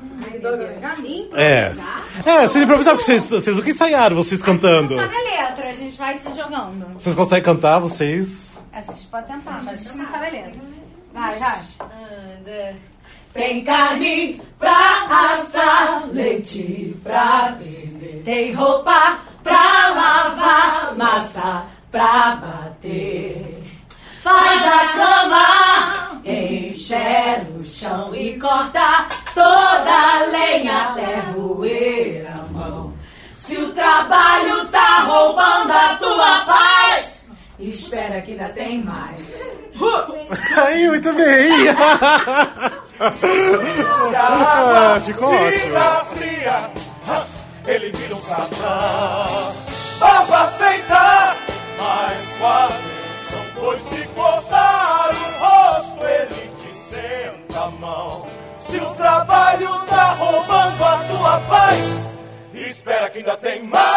É. É, vocês improvisaram, porque vocês, vocês nunca ensaiaram, vocês cantando. A gente não sabe a letra, a gente vai se jogando. Vocês conseguem cantar, vocês? A gente pode tentar, mas a gente não sabe a letra. Vai, vai. Tem carne pra assar, leite pra beber. Tem roupa pra lavar, massa pra bater. Faz a cama, enche o chão e corta toda a lenha até roer a mão. Se o trabalho tá roubando a tua paz, espera que ainda tem mais. Aí, muito bem! Ah, ficou ótimo. Fria, ele vira um sabão. Barba feita, mas com atenção, pois se cortar o rosto, ele te senta a mão. Se o trabalho tá roubando a tua paz, espera que ainda tem mais.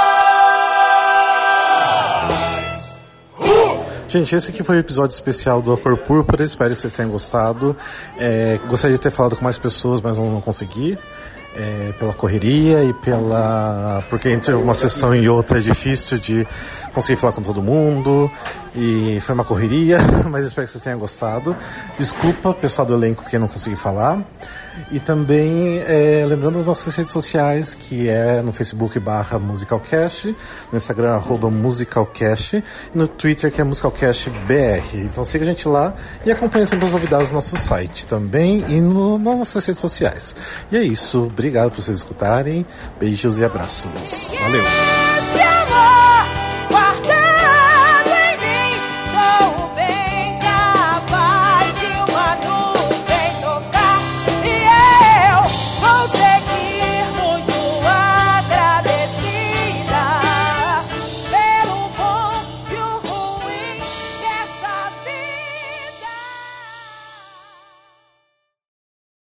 Uh! Gente, esse aqui foi o episódio especial do A Cor Púrpura, espero que vocês tenham gostado. É, gostaria de ter falado com mais pessoas, mas não, não consegui. É, pela correria e pela... porque entre uma sessão e outra é difícil de conseguir falar com todo mundo. E foi uma correria, mas espero que vocês tenham gostado. Desculpa, pessoal do elenco, que eu não consegui falar. E também, é, lembrando das nossas redes sociais, que é no Facebook barra Musicalcast, no Instagram arroba Musicalcast, e no Twitter, que é MusicalcastBR. Então siga a gente lá e acompanhe sempre as novidades do nosso site também e no, nas nossas redes sociais. E é isso, obrigado por vocês escutarem, beijos e abraços. Valeu!